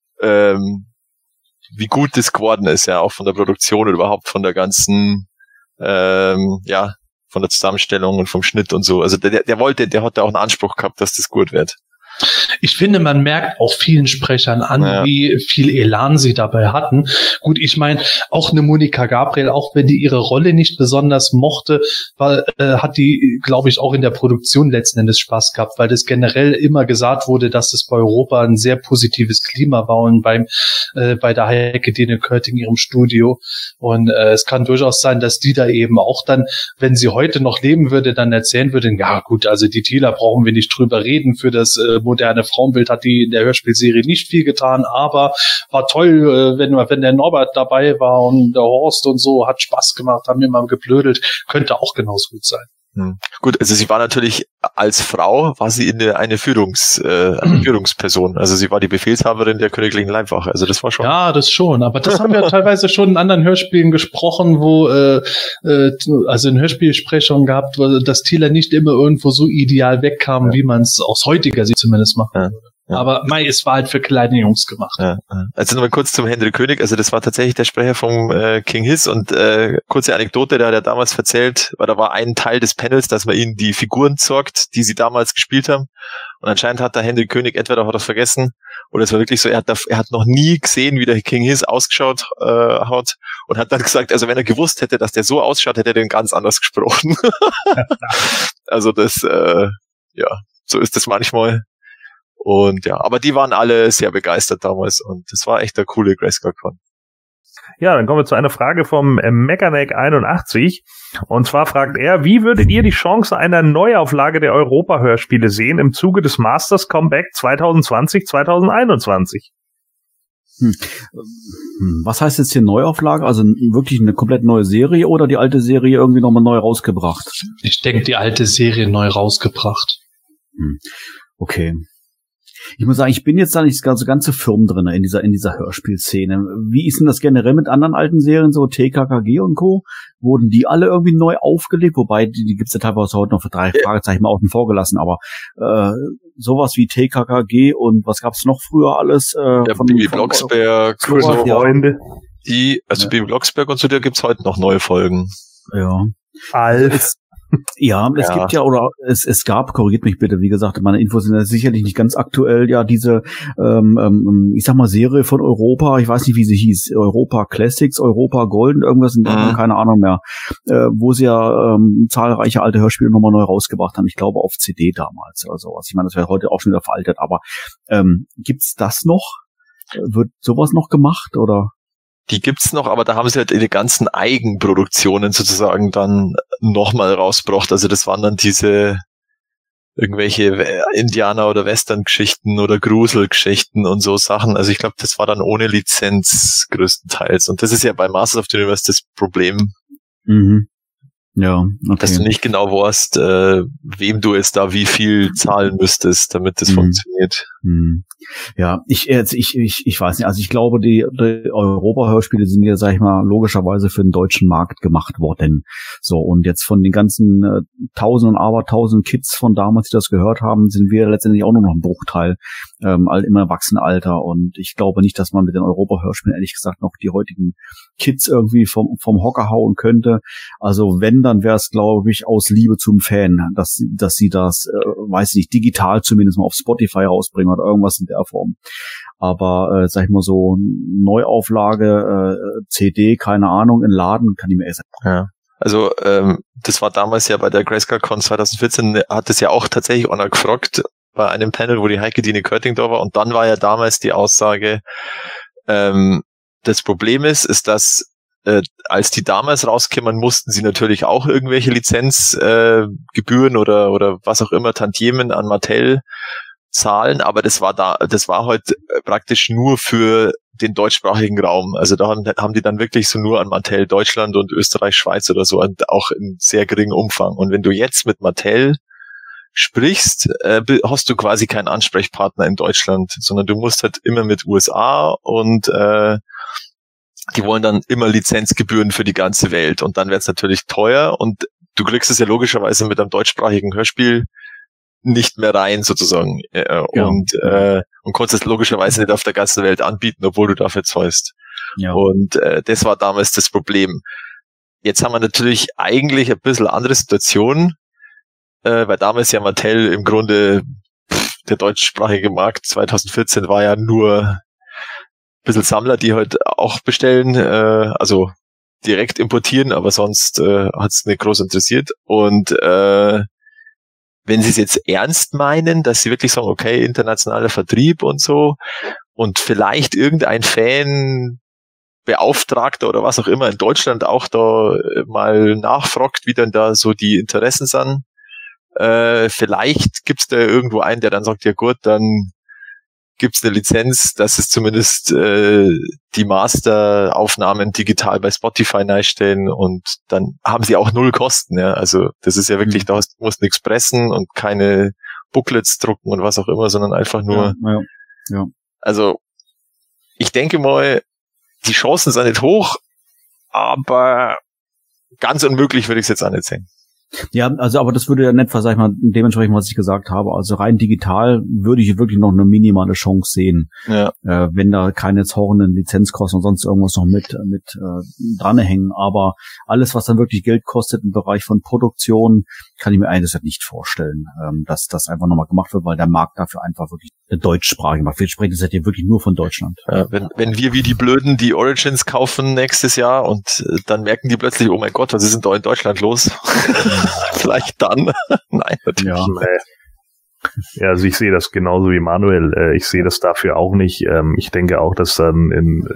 wie gut das geworden ist, ja, auch von der Produktion und überhaupt von der ganzen, von der Zusammenstellung und vom Schnitt und so. Also der hat da auch einen Anspruch gehabt, dass das gut wird. Ich finde, man merkt auch vielen Sprechern an, wie viel Elan sie dabei hatten. Gut, ich meine, auch eine Monica Gabriel, auch wenn die ihre Rolle nicht besonders mochte, hat die, glaube ich, auch in der Produktion letzten Endes Spaß gehabt, weil das generell immer gesagt wurde, dass es bei Europa ein sehr positives Klima war und bei der Heike-Dine Körting ihrem Studio. Und es kann durchaus sein, dass die da eben auch dann, wenn sie heute noch leben würde, dann erzählen würde, ja gut, also die Teela brauchen wir nicht drüber reden, für das moderne Frauenbild hat die in der Hörspielserie nicht viel getan, aber war toll, wenn der Norbert dabei war und der Horst und so, hat Spaß gemacht, haben immer geblödelt, könnte auch genauso gut sein. Gut, also sie war natürlich als Frau, war sie eine Führungsperson. Also sie war die Befehlshaberin der Königlichen Leibwache. Also das war schon. Ja, das schon. Aber das haben wir teilweise schon in anderen Hörspielen gesprochen, wo also in Hörspielsprechungen gehabt, wo das Thieler nicht immer irgendwo so ideal wegkam, wie man es aus heutiger Sicht zumindest machen würde. Ja. Aber es war halt für kleine Jungs gemacht. Ja. Also nochmal kurz zum Henry König. Also das war tatsächlich der Sprecher vom King Hiss und kurze Anekdote, da hat er damals erzählt, weil da war ein Teil des Panels, dass man ihnen die Figuren zeigt, die sie damals gespielt haben. Und anscheinend hat der Henry König entweder hat er vergessen oder es war wirklich so, er hat noch nie gesehen, wie der King Hiss ausgeschaut hat und hat dann gesagt, also wenn er gewusst hätte, dass der so ausschaut, hätte er den ganz anders gesprochen. Also das, so ist das manchmal. Und ja, aber die waren alle sehr begeistert damals und das war echt eine coole Grayskull-Con. Ja, dann kommen wir zu einer Frage vom Mechaneck81. Und zwar fragt er, wie würdet ihr die Chance einer Neuauflage der Europa-Hörspiele sehen im Zuge des Masters Comeback 2020-2021? Was heißt jetzt hier Neuauflage? Also wirklich eine komplett neue Serie oder die alte Serie irgendwie nochmal neu rausgebracht? Ich denke, die alte Serie neu rausgebracht. Okay. Ich muss sagen, ich bin jetzt da nicht so ganz so firm drin in dieser Hörspielszene. Wie ist denn das generell mit anderen alten Serien, so TKKG und Co.? Wurden die alle irgendwie neu aufgelegt? Wobei, die gibt's ja teilweise heute noch für 3 Fragezeichen mal außen vor gelassen, aber sowas wie TKKG und was gab's noch früher alles? Bibi Blocksberg, Freunde. Bibi Blocksberg und so, da gibt's heute noch neue Folgen. Ja. Alf. Es gibt ja, oder es gab, korrigiert mich bitte, wie gesagt, meine Infos sind ja sicherlich nicht ganz aktuell, ja, diese, ich sag mal, Serie von Europa, ich weiß nicht, wie sie hieß, Europa Classics, Europa Golden, irgendwas, keine Ahnung mehr, wo sie ja zahlreiche alte Hörspiele nochmal neu rausgebracht haben, ich glaube auf CD damals oder sowas. Ich meine, das wäre heute auch schon wieder veraltet, aber gibt's das noch? Wird sowas noch gemacht, oder? Die gibt's noch, aber da haben sie halt ihre ganzen Eigenproduktionen sozusagen dann nochmal rausgebracht. Also das waren dann diese irgendwelche Indianer- oder Western-Geschichten oder Gruselgeschichten und so Sachen. Also ich glaube, das war dann ohne Lizenz größtenteils. Und das ist ja bei Masters of the Universe das Problem. Mhm. Ja, okay. Dass du nicht genau weißt, wem du jetzt da wie viel zahlen müsstest, damit das funktioniert. Ja, ich weiß nicht, also ich glaube, die Europa-Hörspiele sind ja, sag ich mal, logischerweise für den deutschen Markt gemacht worden. So, und jetzt von den ganzen Tausenden und Abertausenden Kids von damals, die das gehört haben, sind wir letztendlich auch nur noch ein Bruchteil im Erwachsenenalter. Und ich glaube nicht, dass man mit den Europa-Hörspielen ehrlich gesagt noch die heutigen Kids irgendwie vom Hocker hauen könnte. Also wenn, dann wäre es, glaube ich, aus Liebe zum Fan, dass sie das, weiß ich nicht, digital zumindest mal auf Spotify rausbringen oder irgendwas in der Form. Aber, sag ich mal so, Neuauflage, CD, keine Ahnung, in Laden, kann ich mir sagen. Ja. Also, das war damals ja bei der Grayskull-Con 2014, hat es ja auch tatsächlich einer gefragt, bei einem Panel, wo die Heike-Dine Körting da war, und dann war ja damals die Aussage, das Problem ist, dass als die damals rauskämen, mussten sie natürlich auch irgendwelche Lizenzgebühren oder was auch immer, Tantiemen an Mattel zahlen, aber das war halt praktisch nur für den deutschsprachigen Raum. Also da haben die dann wirklich so nur an Mattel Deutschland und Österreich, Schweiz oder so, und auch in sehr geringem Umfang. Und wenn du jetzt mit Mattel sprichst, hast du quasi keinen Ansprechpartner in Deutschland, sondern du musst halt immer mit USA und die wollen dann immer Lizenzgebühren für die ganze Welt, und dann wird's natürlich teuer, und du kriegst es ja logischerweise mit einem deutschsprachigen Hörspiel nicht mehr rein sozusagen, und konntest es logischerweise nicht auf der ganzen Welt anbieten, obwohl du dafür zahlst. Ja. Und das war damals das Problem. Jetzt haben wir natürlich eigentlich ein bisschen andere Situation, weil damals ja Mattel im Grunde, der deutschsprachige Markt 2014 war ja nur bisschen Sammler, die halt auch bestellen, also direkt importieren, aber sonst hat's nicht groß interessiert. Und wenn sie es jetzt ernst meinen, dass sie wirklich sagen, okay, internationaler Vertrieb und so, und vielleicht irgendein Fan, Beauftragter oder was auch immer in Deutschland auch da mal nachfragt, wie denn da so die Interessen sind, Vielleicht gibt's da irgendwo einen, der dann sagt, ja gut, dann gibt's eine Lizenz, dass es zumindest die Masteraufnahmen digital bei Spotify neinstellen und dann haben sie auch 0 Kosten. Ja, also das ist ja wirklich, du musst nichts pressen und keine Booklets drucken und was auch immer, sondern einfach nur. Ja. Also ich denke mal, die Chancen sind nicht hoch, aber ganz unmöglich würde ich es jetzt auch nicht sehen. Ja, also aber das würde ja nicht, sag ich mal, dementsprechend, was ich gesagt habe. Also rein digital würde ich wirklich noch eine minimale Chance sehen, wenn da keine jetzt horrenden Lizenzkosten und sonst irgendwas noch mit dranhängen. Aber alles, was dann wirklich Geld kostet im Bereich von Produktion, kann ich mir eigentlich nicht vorstellen, dass das einfach nochmal gemacht wird, weil der Markt dafür einfach wirklich eine deutschsprachige Markt. Wir sprechen das ja wirklich nur von Deutschland. Ja, wenn wir wie die Blöden die Origins kaufen nächstes Jahr und dann merken die plötzlich, oh mein Gott, was ist denn da in Deutschland los? Vielleicht dann. Nein, natürlich nicht. Ja, also ich sehe das genauso wie Manuel. Ich sehe das dafür auch nicht. Ich denke auch, dass dann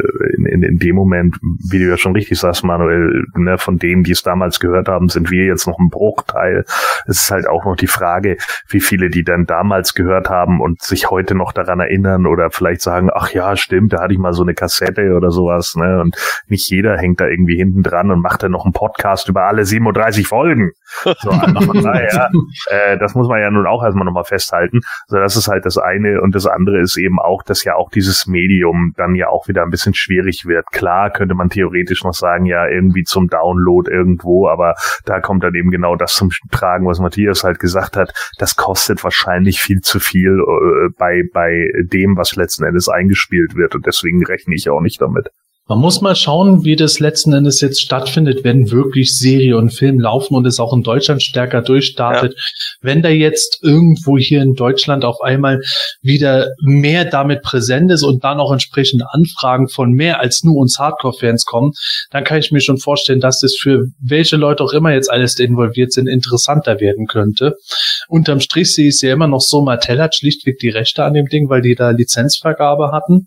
in dem Moment, wie du ja schon richtig sagst, Manuel, ne, von denen, die es damals gehört haben, sind wir jetzt noch ein Bruchteil. Es ist halt auch noch die Frage, wie viele die dann damals gehört haben und sich heute noch daran erinnern oder vielleicht sagen, ach ja, stimmt, da hatte ich mal so eine Kassette oder sowas, ne, und nicht jeder hängt da irgendwie hinten dran und macht dann noch einen Podcast über alle 37 Folgen. So, von daher, das muss man ja nun auch erstmal nochmal festhalten. Also das ist halt das eine und das andere ist eben auch, dass ja auch dieses Medium dann ja auch wieder ein bisschen schwierig wird. Klar könnte man theoretisch noch sagen, ja, irgendwie zum Download irgendwo, aber da kommt dann eben genau das zum Tragen, was Matthias halt gesagt hat. Das kostet wahrscheinlich viel zu viel bei dem, was letzten Endes eingespielt wird und deswegen rechne ich auch nicht damit. Man muss mal schauen, wie das letzten Endes jetzt stattfindet, wenn wirklich Serie und Film laufen und es auch in Deutschland stärker durchstartet. Ja. Wenn da jetzt irgendwo hier in Deutschland auf einmal wieder mehr damit präsent ist und dann auch entsprechende Anfragen von mehr als nur uns Hardcore-Fans kommen, dann kann ich mir schon vorstellen, dass das für welche Leute auch immer jetzt alles involviert sind, interessanter werden könnte. Unterm Strich sehe ich es ja immer noch so, Mattel hat schlichtweg die Rechte an dem Ding, weil die da Lizenzvergabe hatten.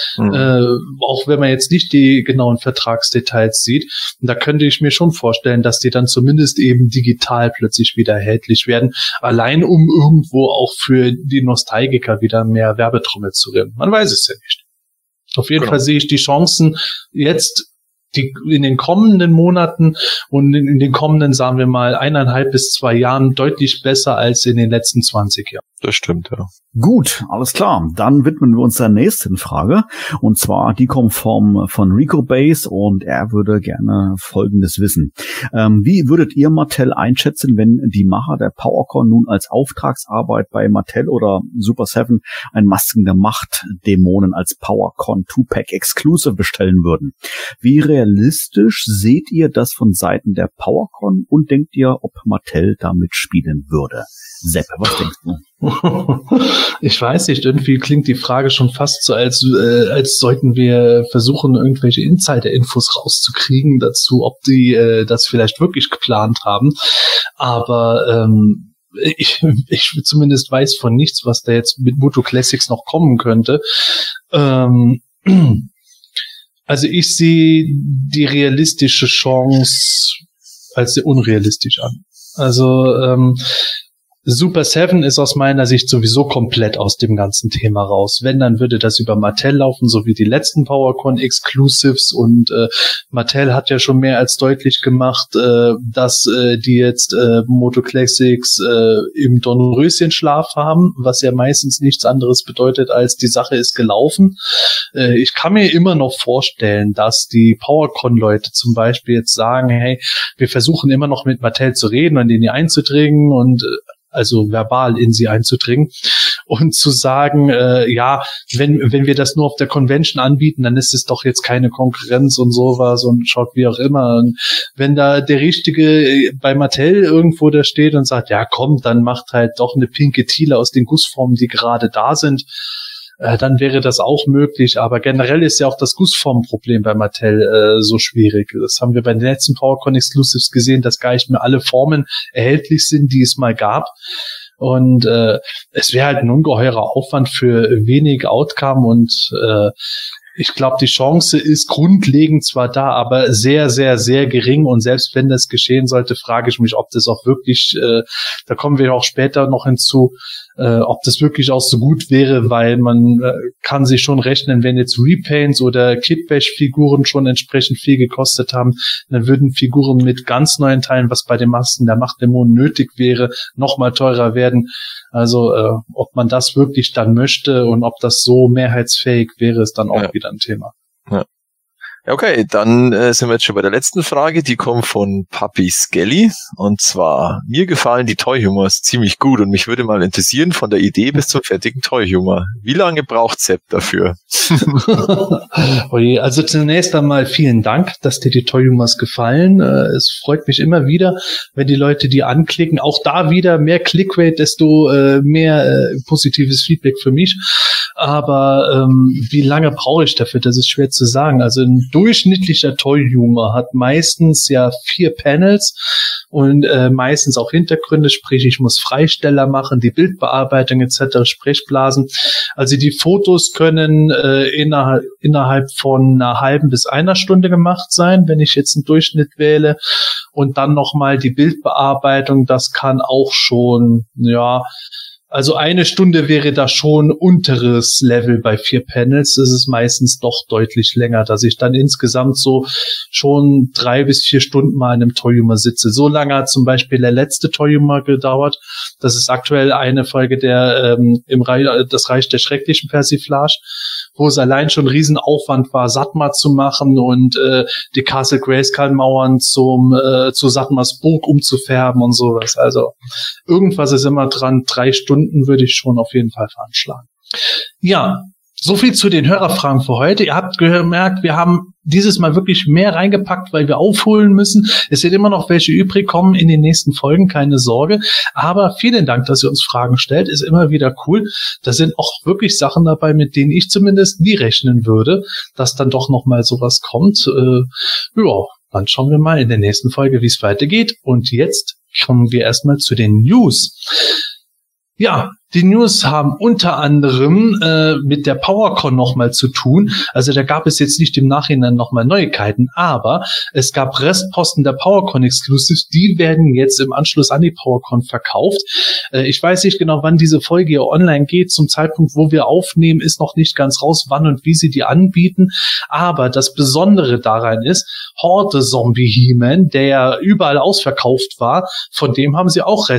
Auch wenn man jetzt nicht die genauen Vertragsdetails sieht. Und da könnte ich mir schon vorstellen, dass die dann zumindest eben digital plötzlich wieder erhältlich werden. Allein um irgendwo auch für die Nostalgiker wieder mehr Werbetrommel zu rühren. Man weiß es ja nicht. Auf jeden Fall sehe ich die Chancen jetzt in den kommenden Monaten und in den kommenden, sagen wir mal, 1,5 bis 2 Jahren deutlich besser als in den letzten 20 Jahren. Das stimmt, ja. Gut, alles klar. Dann widmen wir uns der nächsten Frage. Und zwar, die kommt von Rico Base und er würde gerne Folgendes wissen. Wie würdet ihr Mattel einschätzen, wenn die Macher der PowerCon nun als Auftragsarbeit bei Mattel oder Super 7 ein Masken der Macht-Dämonen als PowerCon 2-Pack Exclusive bestellen würden? Wie realistisch seht ihr das von Seiten der PowerCon und denkt ihr, ob Mattel damit spielen würde? Sepp, was denkst du? Ich weiß nicht, irgendwie klingt die Frage schon fast so, als sollten wir versuchen, irgendwelche Insider-Infos rauszukriegen dazu, ob die das vielleicht wirklich geplant haben. Aber ich zumindest weiß von nichts, was da jetzt mit Moto Classics noch kommen könnte. Also ich sehe die realistische Chance als sehr unrealistisch an. Also Super 7 ist aus meiner Sicht sowieso komplett aus dem ganzen Thema raus. Wenn, dann würde das über Mattel laufen, so wie die letzten PowerCon Exclusives, und Mattel hat ja schon mehr als deutlich gemacht, dass die jetzt Moto Classics im Dornröschenschlaf haben, was ja meistens nichts anderes bedeutet, als die Sache ist gelaufen. Ich kann mir immer noch vorstellen, dass die PowerCon-Leute zum Beispiel jetzt sagen, hey, wir versuchen immer noch mit Mattel zu reden und in die einzudringen und also verbal in sie einzudringen und zu sagen, ja, wenn wir das nur auf der Convention anbieten, dann ist es doch jetzt keine Konkurrenz und sowas und schaut wie auch immer. Und wenn da der Richtige bei Mattel irgendwo da steht und sagt, ja komm, dann macht halt doch eine pinke Thiele aus den Gussformen, die gerade da sind, dann wäre das auch möglich. Aber generell ist ja auch das Gussformproblem bei Mattel so schwierig. Das haben wir bei den letzten PowerCon Exclusives gesehen, dass gar nicht mehr alle Formen erhältlich sind, die es mal gab. Und es wäre halt ein ungeheurer Aufwand für wenig Outcome und ich glaube, die Chance ist grundlegend zwar da, aber sehr, sehr, sehr gering. Und selbst wenn das geschehen sollte, frage ich mich, ob das auch wirklich, da kommen wir auch später noch hinzu, ob das wirklich auch so gut wäre, weil man kann sich schon rechnen, wenn jetzt Repaints oder Kitbash-Figuren schon entsprechend viel gekostet haben, dann würden Figuren mit ganz neuen Teilen, was bei den Masken der Machtdämonen nötig wäre, noch mal teurer werden. Also ob man das wirklich dann möchte und ob das so mehrheitsfähig wäre, ist dann auch wieder ein Thema. Ja. Okay, dann sind wir jetzt schon bei der letzten Frage. Die kommt von Papi Skelly. Und zwar, mir gefallen die Toy Humors ziemlich gut und mich würde mal interessieren, von der Idee bis zum fertigen Toy Humor. Wie lange braucht Sepp dafür? Also zunächst einmal vielen Dank, dass dir die Toy Humors gefallen. Es freut mich immer wieder, wenn die Leute die anklicken. Auch da wieder mehr Clickrate, desto mehr positives Feedback für mich. Aber wie lange brauche ich dafür? Das ist schwer zu sagen. Also ein durchschnittlicher Toy Humor hat meistens ja 4 Panels und meistens auch Hintergründe, sprich ich muss Freisteller machen, die Bildbearbeitung etc., Sprechblasen. Also die Fotos können innerhalb von einer halben bis einer Stunde gemacht sein, wenn ich jetzt einen Durchschnitt wähle. Und dann nochmal die Bildbearbeitung, das kann auch schon, also eine Stunde wäre da schon unteres Level bei 4 Panels. Das ist meistens doch deutlich länger, dass ich dann insgesamt so schon 3 bis 4 Stunden mal in einem Toy Humor sitze. So lange hat zum Beispiel der letzte Toy Humor gedauert. Das ist aktuell eine Folge der das Reich der schrecklichen Persiflage, wo es allein schon ein Riesenaufwand war, Satmar zu machen und die Castle Grayskull Mauern zu Satmars Burg umzufärben und sowas. Also irgendwas ist immer dran. 3 Stunden würde ich schon auf jeden Fall veranschlagen. Ja, so viel zu den Hörerfragen für heute. Ihr habt gemerkt, wir haben dieses Mal wirklich mehr reingepackt, weil wir aufholen müssen. Es wird immer noch welche übrig kommen in den nächsten Folgen, keine Sorge. Aber vielen Dank, dass ihr uns Fragen stellt. Ist immer wieder cool. Da sind auch wirklich Sachen dabei, mit denen ich zumindest nie rechnen würde, dass dann doch noch mal sowas kommt. Dann schauen wir mal in der nächsten Folge, wie es weitergeht. Und jetzt kommen wir erstmal zu den News. Ja, die News haben unter anderem mit der PowerCon nochmal zu tun. Also da gab es jetzt nicht im Nachhinein nochmal Neuigkeiten, aber es gab Restposten der PowerCon Exclusives, die werden jetzt im Anschluss an die PowerCon verkauft. Ich weiß nicht genau, wann diese Folge hier online geht. Zum Zeitpunkt, wo wir aufnehmen, ist noch nicht ganz raus, wann und wie sie die anbieten. Aber das Besondere daran ist, Horde Zombie He-Man, der ja überall ausverkauft war, von dem haben sie auch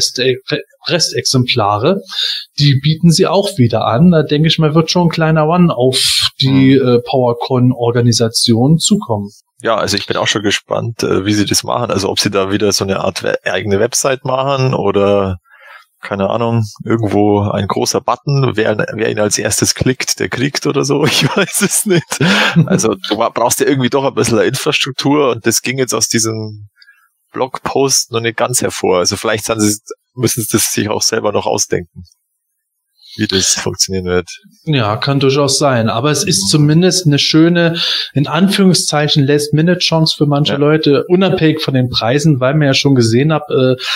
Restexemplare. Die bieten sie auch wieder an. Da denke ich mal, wird schon ein kleiner One auf die PowerCon-Organisation zukommen. Ja, also ich bin auch schon gespannt, wie sie das machen. Also ob sie da wieder so eine Art eigene Website machen oder, keine Ahnung, irgendwo ein großer Button, wer ihn als erstes klickt, der kriegt oder so. Ich weiß es nicht. Also du brauchst ja irgendwie doch ein bisschen Infrastruktur und das ging jetzt aus diesem Blogpost noch nicht ganz hervor. Also vielleicht müssen sie das sich auch selber noch ausdenken, wie das funktionieren wird. Ja, kann durchaus sein. Aber es ist zumindest eine schöne, in Anführungszeichen, Last-Minute-Chance für manche Leute, unabhängig von den Preisen, weil man ja schon gesehen hat,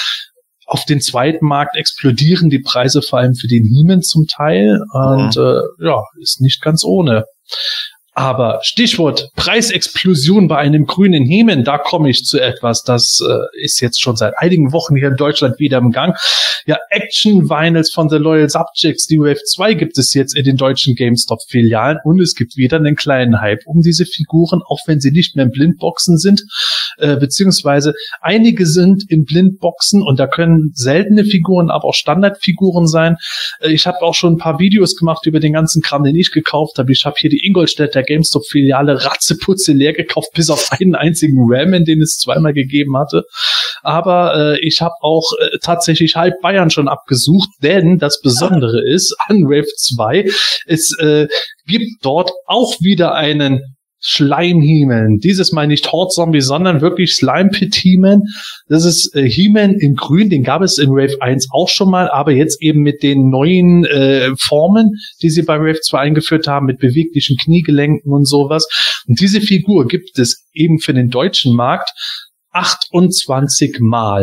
auf den zweiten Markt explodieren die Preise vor allem für den He-Man zum Teil. Und ist nicht ganz ohne. Aber Stichwort Preisexplosion bei einem grünen He-Man, da komme ich zu etwas, das ist jetzt schon seit einigen Wochen hier in Deutschland wieder im Gang. Ja, Action-Vinyls von The Loyal Subjects, die Wave 2 gibt es jetzt in den deutschen GameStop-Filialen und es gibt wieder einen kleinen Hype um diese Figuren, auch wenn sie nicht mehr in Blindboxen sind, beziehungsweise einige sind in Blindboxen und da können seltene Figuren, aber auch Standardfiguren sein. Ich habe auch schon ein paar Videos gemacht über den ganzen Kram, den ich gekauft habe. Ich habe hier die Ingolstädter GameStop-Filiale ratzeputze leer gekauft, bis auf einen einzigen Ramen, den es zweimal gegeben hatte. Aber ich habe auch tatsächlich halb Bayern schon abgesucht, denn das Besondere ist, an Wave 2, es gibt dort auch wieder einen Slime-He-Man. Dieses Mal nicht Horde-Zombie, sondern wirklich Slime-Pit-He-Man. Das ist He-Man in Grün, den gab es in Wave 1 auch schon mal, aber jetzt eben mit den neuen Formen, die sie bei Wave 2 eingeführt haben, mit beweglichen Kniegelenken und sowas. Und diese Figur gibt es eben für den deutschen Markt 28 Mal.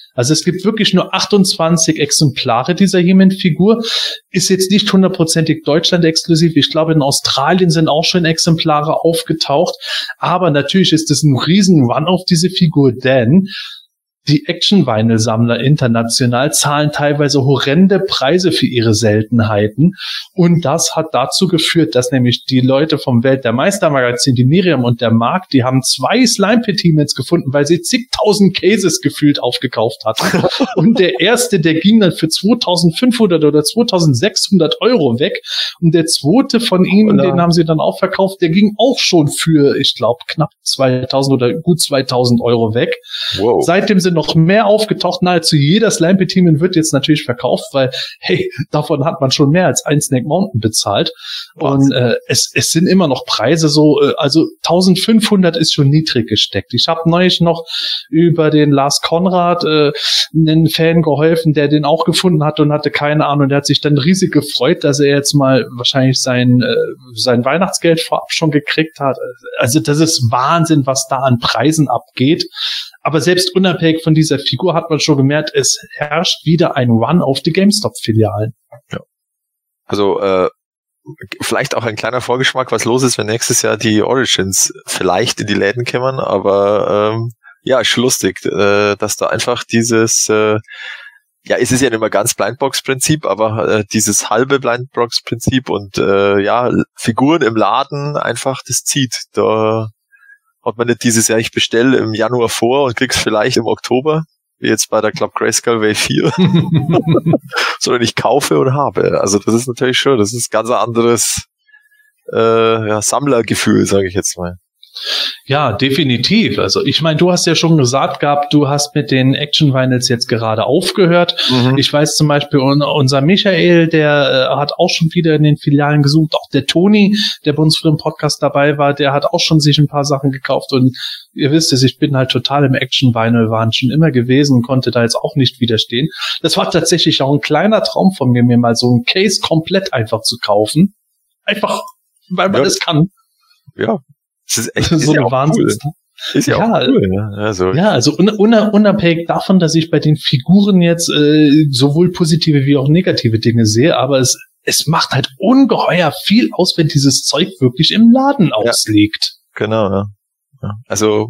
Also es gibt wirklich nur 28 Exemplare dieser He-Man-Figur. Ist jetzt nicht 100%ig Deutschland exklusiv. Ich glaube, in Australien sind auch schon Exemplare aufgetaucht. Aber natürlich ist es ein riesen Run auf diese Figur, denn die Action-Vinyl-Sammler international zahlen teilweise horrende Preise für ihre Seltenheiten. Und das hat dazu geführt, dass nämlich die Leute vom Welt der Meister-Magazin, die Miriam und der Marc, die haben 2 Slime-Pit-He-Mans gefunden, weil sie zigtausend Cases gefühlt aufgekauft hatten. Und der erste, der ging dann für 2.500 oder 2.600 Euro weg. Und der zweite von ihnen, den haben sie dann auch verkauft, der ging auch schon für, ich glaube, knapp 2.000 oder gut 2.000 Euro weg. Wow. Seitdem sind noch mehr aufgetaucht. Nahezu jeder Slime-Pit-He-Man wird jetzt natürlich verkauft, weil, hey, davon hat man schon mehr als ein Snake Mountain bezahlt. Und es sind immer noch Preise so, also 1.500 ist schon niedrig gesteckt. Ich habe neulich noch über den Lars Konrad einen Fan geholfen, der den auch gefunden hatte und hatte keine Ahnung. Der hat sich dann riesig gefreut, dass er jetzt mal wahrscheinlich sein Weihnachtsgeld vorab schon gekriegt hat. Also das ist Wahnsinn, was da an Preisen abgeht. Aber selbst unabhängig von dieser Figur hat man schon gemerkt, es herrscht wieder ein Run auf die GameStop-Filialen. Ja. Also vielleicht auch ein kleiner Vorgeschmack, was los ist, wenn nächstes Jahr die Origins vielleicht in die Läden kämen. Aber ja, ist schon lustig, dass da einfach dieses, ja, es ist ja nicht immer ganz Blindbox-Prinzip, aber dieses halbe Blindbox-Prinzip und ja, Figuren im Laden einfach, das zieht. Da hat man nicht dieses Jahr, ich bestelle im Januar vor und krieg's vielleicht im Oktober, wie jetzt bei der Club Grayskull Wave 4, sondern ich kaufe und habe. Also das ist natürlich schon, das ist ganz anderes ja, Sammlergefühl, sage ich jetzt mal. Ja, definitiv. Also ich meine, du hast ja schon gesagt gehabt, du hast mit den Action-Vinyls jetzt gerade aufgehört. Mhm. Ich weiß zum Beispiel, unser Michael, der hat auch schon wieder in den Filialen gesucht. Auch der Toni, der bei uns für den Podcast dabei war, der hat auch schon sich ein paar Sachen gekauft. Und ihr wisst es, ich bin halt total im Action-Vinyl-Wahn schon immer gewesen und konnte da jetzt auch nicht widerstehen. Das war tatsächlich auch ein kleiner Traum von mir mal so ein Case komplett einfach zu kaufen. Einfach, weil man das kann. Ja. Das ist echt so eine Wahnsinn. Cool. Ist ja auch cool. Ja, also unabhängig davon, dass ich bei den Figuren jetzt sowohl positive wie auch negative Dinge sehe, aber es macht halt ungeheuer viel aus, wenn dieses Zeug wirklich im Laden ausliegt. Genau, ja. Also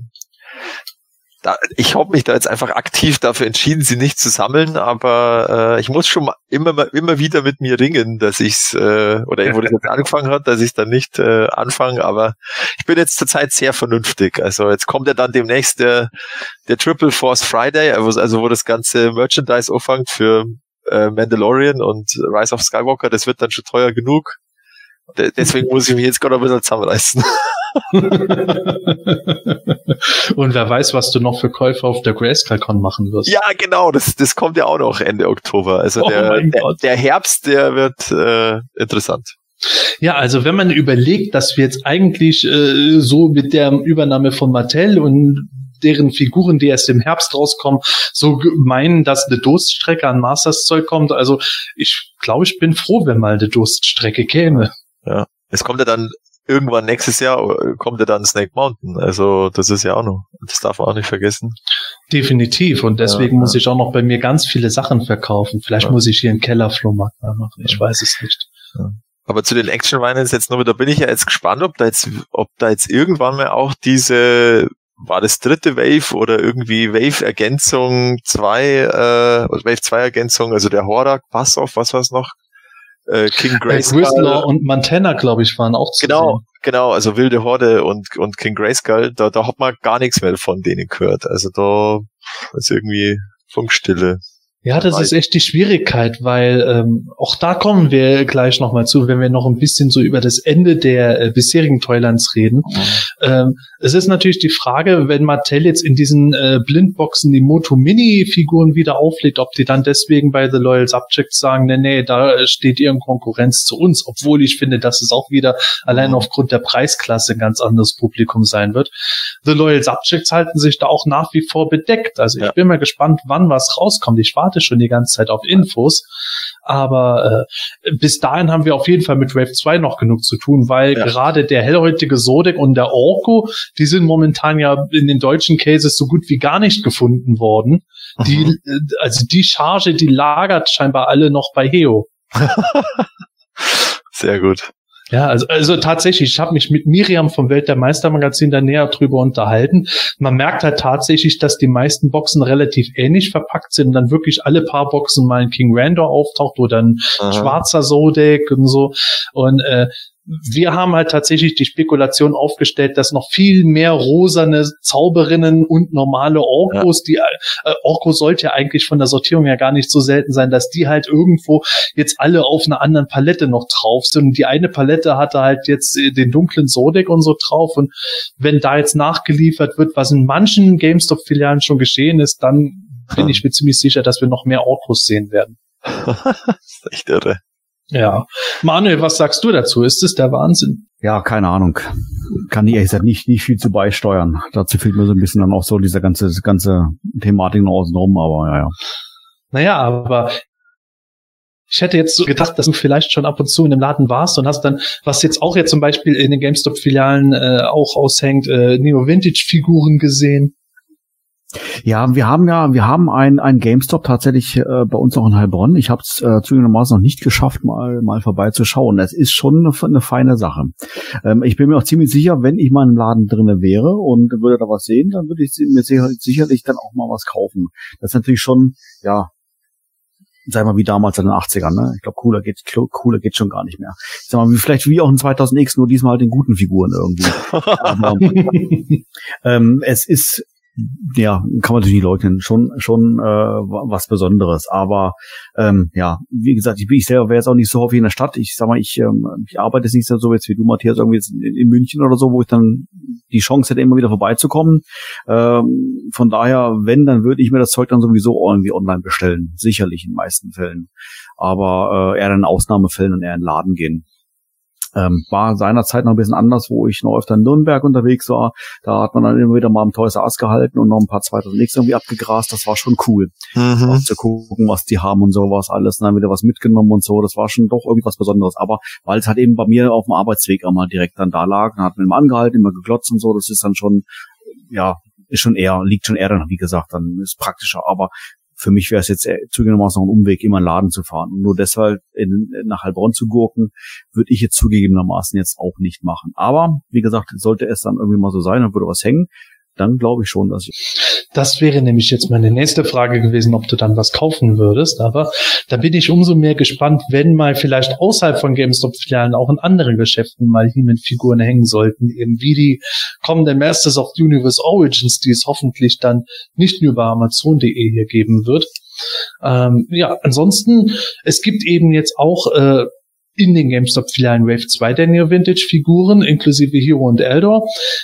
ich habe mich da jetzt einfach aktiv dafür entschieden, sie nicht zu sammeln, aber ich muss schon immer wieder mit mir ringen, dass ich's oder wo das jetzt angefangen hat, dass ich dann nicht anfange, aber ich bin jetzt zurzeit sehr vernünftig. Also jetzt kommt ja dann demnächst der Triple Force Friday, also wo das ganze Merchandise auffängt für Mandalorian und Rise of Skywalker, das wird dann schon teuer genug. Deswegen muss ich mich jetzt gerade ein bisschen zusammenreißen. Und wer weiß, was du noch für Käufe auf der GrayskullCon machen wirst. Ja, genau, das kommt ja auch noch Ende Oktober. Also der Herbst, der wird interessant. Ja, also wenn man überlegt, dass wir jetzt eigentlich so mit der Übernahme von Mattel und deren Figuren, die erst im Herbst rauskommen, so meinen, dass eine Durststrecke an Masters-Zeug kommt. Also ich glaube, ich bin froh, wenn mal eine Durststrecke käme. Ja, es kommt ja dann irgendwann nächstes Jahr kommt ja dann Snake Mountain. Also das ist ja auch noch, das darf man auch nicht vergessen. Definitiv. Und deswegen muss ich auch noch bei mir ganz viele Sachen verkaufen. Vielleicht muss ich hier einen Kellerflohmarkt machen. Ich weiß es nicht. Ja. Aber zu den Action Vinyls jetzt nur, da bin ich ja jetzt gespannt, ob da jetzt irgendwann mal auch diese, war das dritte Wave oder irgendwie Wave Ergänzung 2, Wave 2 Ergänzung, also der Horak, Pass-Off, was war's noch? King Grayskull. Whistler und Montana, glaube ich, waren auch zu sehen. Genau, also Wilde Horde und King Grayskull, da hat man gar nichts mehr von denen gehört. Also da ist irgendwie Funkstille. Ja, das ist echt die Schwierigkeit, weil auch da kommen wir gleich nochmal zu, wenn wir noch ein bisschen so über das Ende der bisherigen Toylands reden. Es ist natürlich die Frage, wenn Mattel jetzt in diesen Blindboxen die Moto-Mini-Figuren wieder auflegt, ob die dann deswegen bei The Loyal Subjects sagen, nee, da steht ihr in Konkurrenz zu uns, obwohl ich finde, dass es auch wieder allein aufgrund der Preisklasse ein ganz anderes Publikum sein wird. The Loyal Subjects halten sich da auch nach wie vor bedeckt. Also ich bin mal gespannt, wann was rauskommt. Ich warte schon die ganze Zeit auf Infos, aber bis dahin haben wir auf jeden Fall mit Wave 2 noch genug zu tun, weil gerade der hellhäutige Sodek und der Orko, die sind momentan ja in den deutschen Cases so gut wie gar nicht gefunden worden. die Charge, die lagert scheinbar alle noch bei Heo. Sehr gut. Ja, also tatsächlich, ich habe mich mit Miriam vom Welt der Meister Magazin da näher drüber unterhalten. Man merkt halt tatsächlich, dass die meisten Boxen relativ ähnlich verpackt sind und dann wirklich alle paar Boxen mal ein King Randor auftaucht oder ein schwarzer Zodek und so. Und wir haben halt tatsächlich die Spekulation aufgestellt, dass noch viel mehr rosane Zauberinnen und normale Orkos, Orko sollte ja eigentlich von der Sortierung ja gar nicht so selten sein, dass die halt irgendwo jetzt alle auf einer anderen Palette noch drauf sind. Und die eine Palette hatte halt jetzt den dunklen Zodek und so drauf. Und wenn da jetzt nachgeliefert wird, was in manchen GameStop-Filialen schon geschehen ist, dann bin ich mir ziemlich sicher, dass wir noch mehr Orkos sehen werden. Das ist echt irre. Ja. Manuel, was sagst du dazu? Ist das der Wahnsinn? Ja, keine Ahnung. Kann ich ehrlich gesagt nicht viel zu beisteuern. Dazu fehlt mir so ein bisschen dann auch so diese ganze Thematik noch außenrum, aber ja. Naja, aber ich hätte jetzt so gedacht, dass du vielleicht schon ab und zu in dem Laden warst und hast dann, was jetzt zum Beispiel in den GameStop-Filialen auch aushängt, Neo-Vintage-Figuren gesehen. Ja, wir haben ein GameStop tatsächlich bei uns auch in Heilbronn. Ich habe es zugegebenermaßen noch nicht geschafft, mal vorbeizuschauen. Es ist schon eine feine Sache. Ich bin mir auch ziemlich sicher, wenn ich mal im Laden drinne wäre und würde da was sehen, dann würde ich mir sicherlich dann auch mal was kaufen. Das ist natürlich schon, ja, sag mal, wie damals in den 80ern, ne? Ich glaube, cooler geht schon gar nicht mehr. Ich sag mal, vielleicht wie auch in 2000X, nur diesmal halt in guten Figuren irgendwie. Aber, es ist, ja, kann man natürlich nicht leugnen, schon was Besonderes. Aber ja, wie gesagt, ich selber wäre jetzt auch nicht so häufig in der Stadt. Ich sag mal, ich arbeite jetzt nicht so jetzt wie du, Matthias, irgendwie jetzt in München oder so, wo ich dann die Chance hätte, immer wieder vorbeizukommen. Von daher, wenn, dann würde ich mir das Zeug dann sowieso irgendwie online bestellen. Sicherlich in den meisten Fällen. Aber eher in Ausnahmefällen und eher in den Laden gehen. War seinerzeit noch ein bisschen anders, wo ich noch öfter in Nürnberg unterwegs war. Da hat man dann immer wieder mal am Toys R Us gehalten und noch ein paar 2000X irgendwie abgegrast. Das war schon cool. Auch zu gucken, was die haben und sowas alles. Und dann wieder was mitgenommen und so. Das war schon doch irgendwas Besonderes. Aber weil es halt eben bei mir auf dem Arbeitsweg einmal direkt dann da lag, dann hat man immer angehalten, immer geglotzt und so. Das ist dann schon, ja, liegt schon eher dann, wie gesagt, dann ist praktischer. Aber für mich wäre es jetzt zugegebenermaßen noch ein Umweg, immer in den Laden zu fahren. Und nur deshalb nach Heilbronn zu gurken, würde ich jetzt zugegebenermaßen jetzt auch nicht machen. Aber, wie gesagt, sollte es dann irgendwie mal so sein, dann würde was hängen, dann glaube ich schon, dass ich... Das wäre nämlich jetzt meine nächste Frage gewesen, ob du dann was kaufen würdest. Aber da bin ich umso mehr gespannt, wenn mal vielleicht außerhalb von GameStop-Filialen auch in anderen Geschäften mal He-Man-Figuren hängen sollten, eben wie die kommenden Masters of the Universe Origins, die es hoffentlich dann nicht nur über Amazon.de hier geben wird. Ja, ansonsten, es gibt eben jetzt auch in den GameStop-Filialen Wave 2 der Neo-Vintage-Figuren, inklusive Hero und Eldor.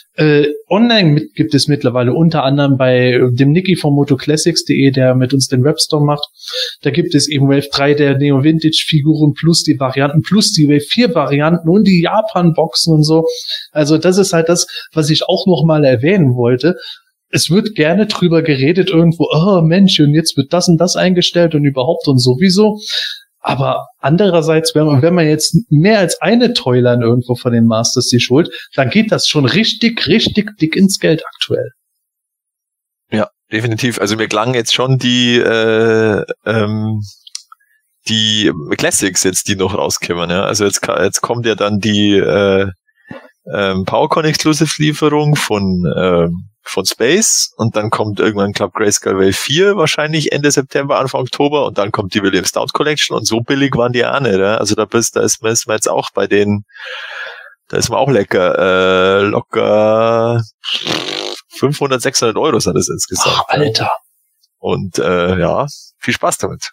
Online gibt es mittlerweile unter anderem bei dem Niki von MotoClassics.de, der mit uns den Webstore macht. Da gibt es eben Wave 3 der Neo-Vintage-Figuren plus die Varianten, plus die Wave 4 Varianten und die Japan-Boxen und so. Also das ist halt das, was ich auch noch mal erwähnen wollte. Es wird gerne drüber geredet irgendwo, oh Mensch, und jetzt wird das und das eingestellt und überhaupt und sowieso. Aber andererseits, wenn man jetzt mehr als eine Toyline irgendwo von den Masters sich holt, dann geht das schon richtig dick ins Geld aktuell. Ja, definitiv. Also mir klangen jetzt schon die Classics jetzt, die noch rauskommen. Ja? Also jetzt kommt ja dann die PowerCon-Exclusive-Lieferung von Space und dann kommt irgendwann Club Grayskull Wave 4 wahrscheinlich Ende September, Anfang Oktober und dann kommt die William Stout Collection und so billig waren die auch nicht. Ja? Also da ist man jetzt auch bei denen, da ist man auch locker 500, 600 Euro sind das insgesamt. Ach, Alter. Und ja, viel Spaß damit.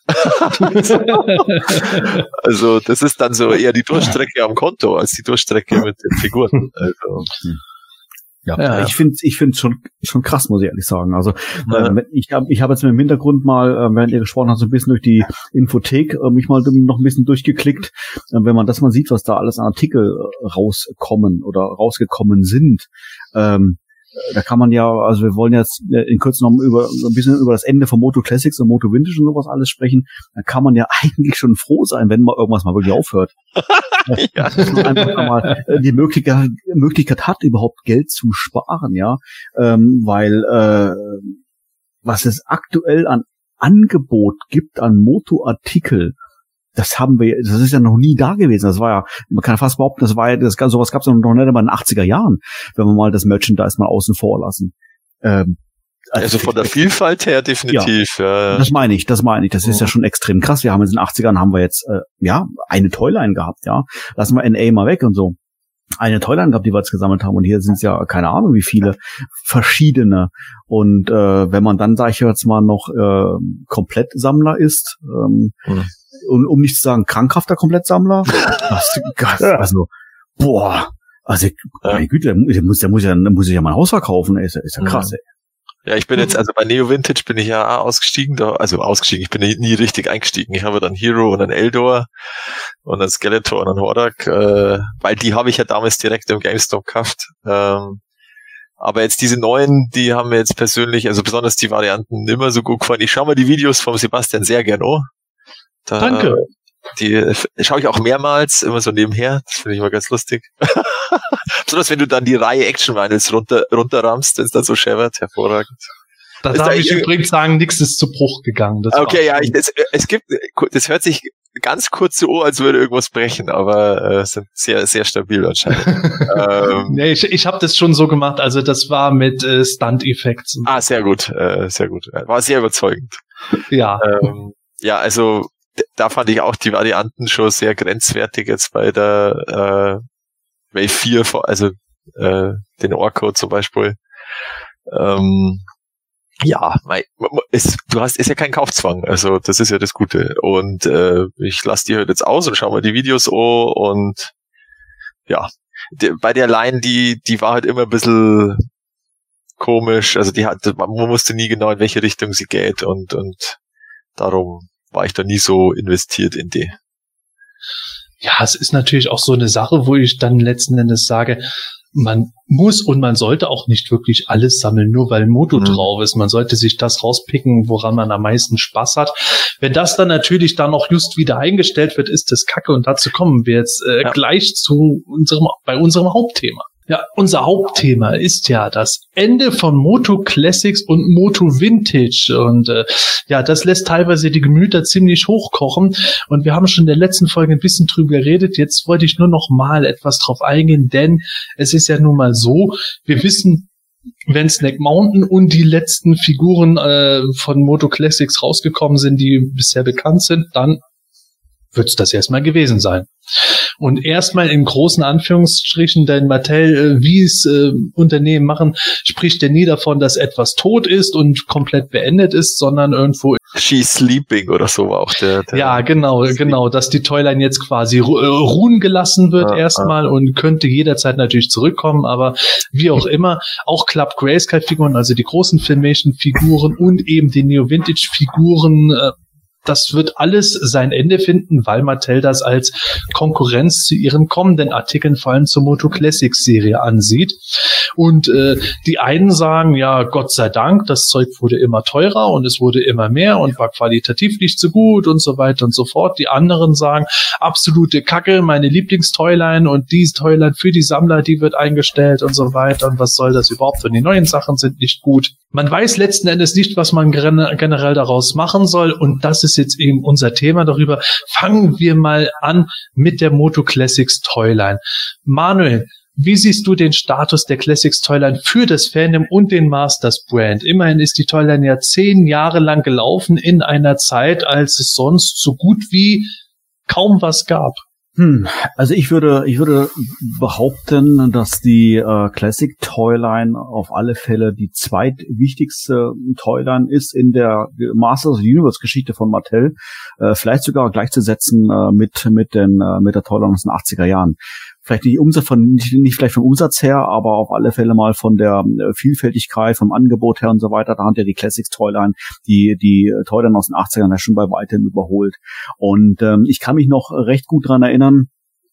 Also das ist dann so eher die Durchstrecke am Konto als die Durchstrecke mit den Figuren. Also. Ja. Ich finde schon krass, muss ich ehrlich sagen. Also ich habe jetzt im Hintergrund mal, während ihr gesprochen habt, so ein bisschen durch die Infothek mich mal noch ein bisschen durchgeklickt. Wenn man das mal sieht, was da alles an Artikel rausgekommen sind, da kann man ja, also wir wollen jetzt in Kürze noch ein bisschen über das Ende von Moto Classics und Moto Vintage und sowas alles sprechen. Da kann man ja eigentlich schon froh sein, wenn mal irgendwas mal wirklich aufhört. Ja. Dass man einfach mal die Möglichkeit hat, überhaupt Geld zu sparen, ja, weil was es aktuell an Angebot gibt an Moto-Artikel, das ist ja noch nie da gewesen. Das war ja, man kann fast behaupten, sowas gab es noch nicht einmal in den 80er Jahren, wenn wir mal das Merchandise mal außen vor lassen. Also von der Vielfalt her definitiv. Ja. Das meine ich. Das ist ja schon extrem krass. Wir haben in den 80ern jetzt eine Toyline gehabt, ja. Lassen wir NA mal weg und so. Eine Toyline gehabt, die wir jetzt gesammelt haben. Und hier sind es ja keine Ahnung wie viele verschiedene. Und wenn man dann, sag ich jetzt mal, noch Komplettsammler ist, und um nicht zu sagen krankhafter Komplettsammler, also meine Güte, der muss ja mein Haus verkaufen, ist ja krass, ey. Ja, ich bin jetzt, also bei Neo Vintage bin ich ja ausgestiegen, ich bin nie richtig eingestiegen. Ich habe dann Hero und einen Eldor und einen Skeletor und einen Hordak, weil die habe ich ja damals direkt im GameStop gekauft. Aber jetzt diese neuen, die haben mir jetzt persönlich, also besonders die Varianten, immer so gut gefallen. Ich schaue mir die Videos vom Sebastian sehr gern an. Danke. Die schaue ich auch mehrmals, immer so nebenher. Das finde ich immer ganz lustig. Besonders wenn du dann die Reihe Action Vinyls runterrammst, wenn es dann so scheppert, hervorragend. Da darf ich übrigens sagen, nichts ist zu Bruch gegangen. Das okay, ja, das hört sich ganz kurz so an, als würde irgendwas brechen, aber sind sehr, sehr stabil anscheinend. Nee, ich habe das schon so gemacht, also das war mit Stunt-Effekts. Sehr gut, sehr gut. War sehr überzeugend. Ja. Ja, also da fand ich auch die Varianten schon sehr grenzwertig jetzt bei der Wave 4, also den Orko zum Beispiel. Ja, ist ja kein Kaufzwang, also das ist ja das Gute. Und ich lasse die halt jetzt aus und schaue mir die Videos an und ja, bei der Line, die war halt immer ein bisschen komisch, also man wusste nie genau, in welche Richtung sie geht und darum war ich da nie so investiert in die. Ja, es ist natürlich auch so eine Sache, wo ich dann letzten Endes sage, man muss und man sollte auch nicht wirklich alles sammeln, nur weil Moto drauf ist. Man sollte sich das rauspicken, woran man am meisten Spaß hat. Wenn das dann natürlich dann auch just wieder eingestellt wird, ist das Kacke. Und dazu kommen wir jetzt gleich zu unserem Hauptthema. Ja, unser Hauptthema ist ja das Ende von Moto Classics und Moto Vintage und das lässt teilweise die Gemüter ziemlich hochkochen und wir haben schon in der letzten Folge ein bisschen drüber geredet, jetzt wollte ich nur noch mal etwas drauf eingehen, denn es ist ja nun mal so, wir wissen, wenn Snake Mountain und die letzten Figuren von Moto Classics rausgekommen sind, die bisher bekannt sind, dann wird es das erstmal gewesen sein. Und erstmal in großen Anführungsstrichen, denn Mattel, wie es Unternehmen machen, spricht ja nie davon, dass etwas tot ist und komplett beendet ist, sondern irgendwo She's Sleeping oder so war auch der ja, genau, dass die Toyline jetzt quasi ruhen gelassen wird erstmal und könnte jederzeit natürlich zurückkommen, aber wie auch immer, auch Club Grayskull-Figuren, also die großen Filmation-Figuren und eben die Neo-Vintage-Figuren, das wird alles sein Ende finden, weil Mattel das als Konkurrenz zu ihren kommenden Artikeln, vor allem zur Moto Classics Serie ansieht. Und die einen sagen, ja, Gott sei Dank, das Zeug wurde immer teurer und es wurde immer mehr und war qualitativ nicht so gut und so weiter und so fort. Die anderen sagen, absolute Kacke, meine Lieblingstoyline und die Toyline für die Sammler, die wird eingestellt und so weiter. Und was soll das überhaupt? Und die neuen Sachen sind nicht gut. Man weiß letzten Endes nicht, was man generell daraus machen soll. Und das ist jetzt eben unser Thema darüber. Fangen wir mal an mit der Moto Classics Toyline. Manuel, wie siehst du den Status der Classics Toyline für das Fandom und den Masters Brand? Immerhin ist die Toyline ja 10 Jahre lang gelaufen in einer Zeit, als es sonst so gut wie kaum was gab. Also ich würde behaupten, dass die Classic Toyline auf alle Fälle die zweitwichtigste Toyline ist in der Masters of the Universe Geschichte von Mattel, vielleicht sogar gleichzusetzen mit der Toyline aus den 80er Jahren. Vielleicht nicht vielleicht vom Umsatz her, aber auf alle Fälle mal von der Vielfältigkeit, vom Angebot her und so weiter. Da hat ja die Classics Toyline, die Toyline aus den 80ern ja schon bei weitem überholt. Und ich kann mich noch recht gut dran erinnern,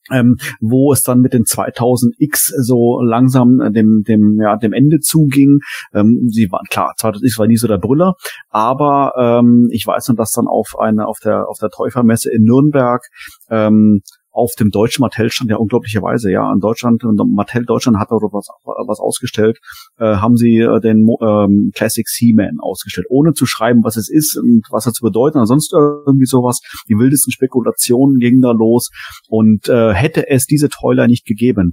wo es dann mit den 2000X so langsam dem Ende zuging. Sie waren klar, 2000X war nie so der Brüller, aber ich weiß noch, dass dann auf der Täufermesse in Nürnberg auf dem deutschen Mattel-Stand, ja unglaublicherweise, ja, in Deutschland, Mattel Deutschland hat dort was ausgestellt, haben sie den Classic He-Man ausgestellt, ohne zu schreiben, was es ist und was er zu bedeuten, oder sonst irgendwie sowas. Die wildesten Spekulationen gingen da los und hätte es diese Toyline nicht gegeben,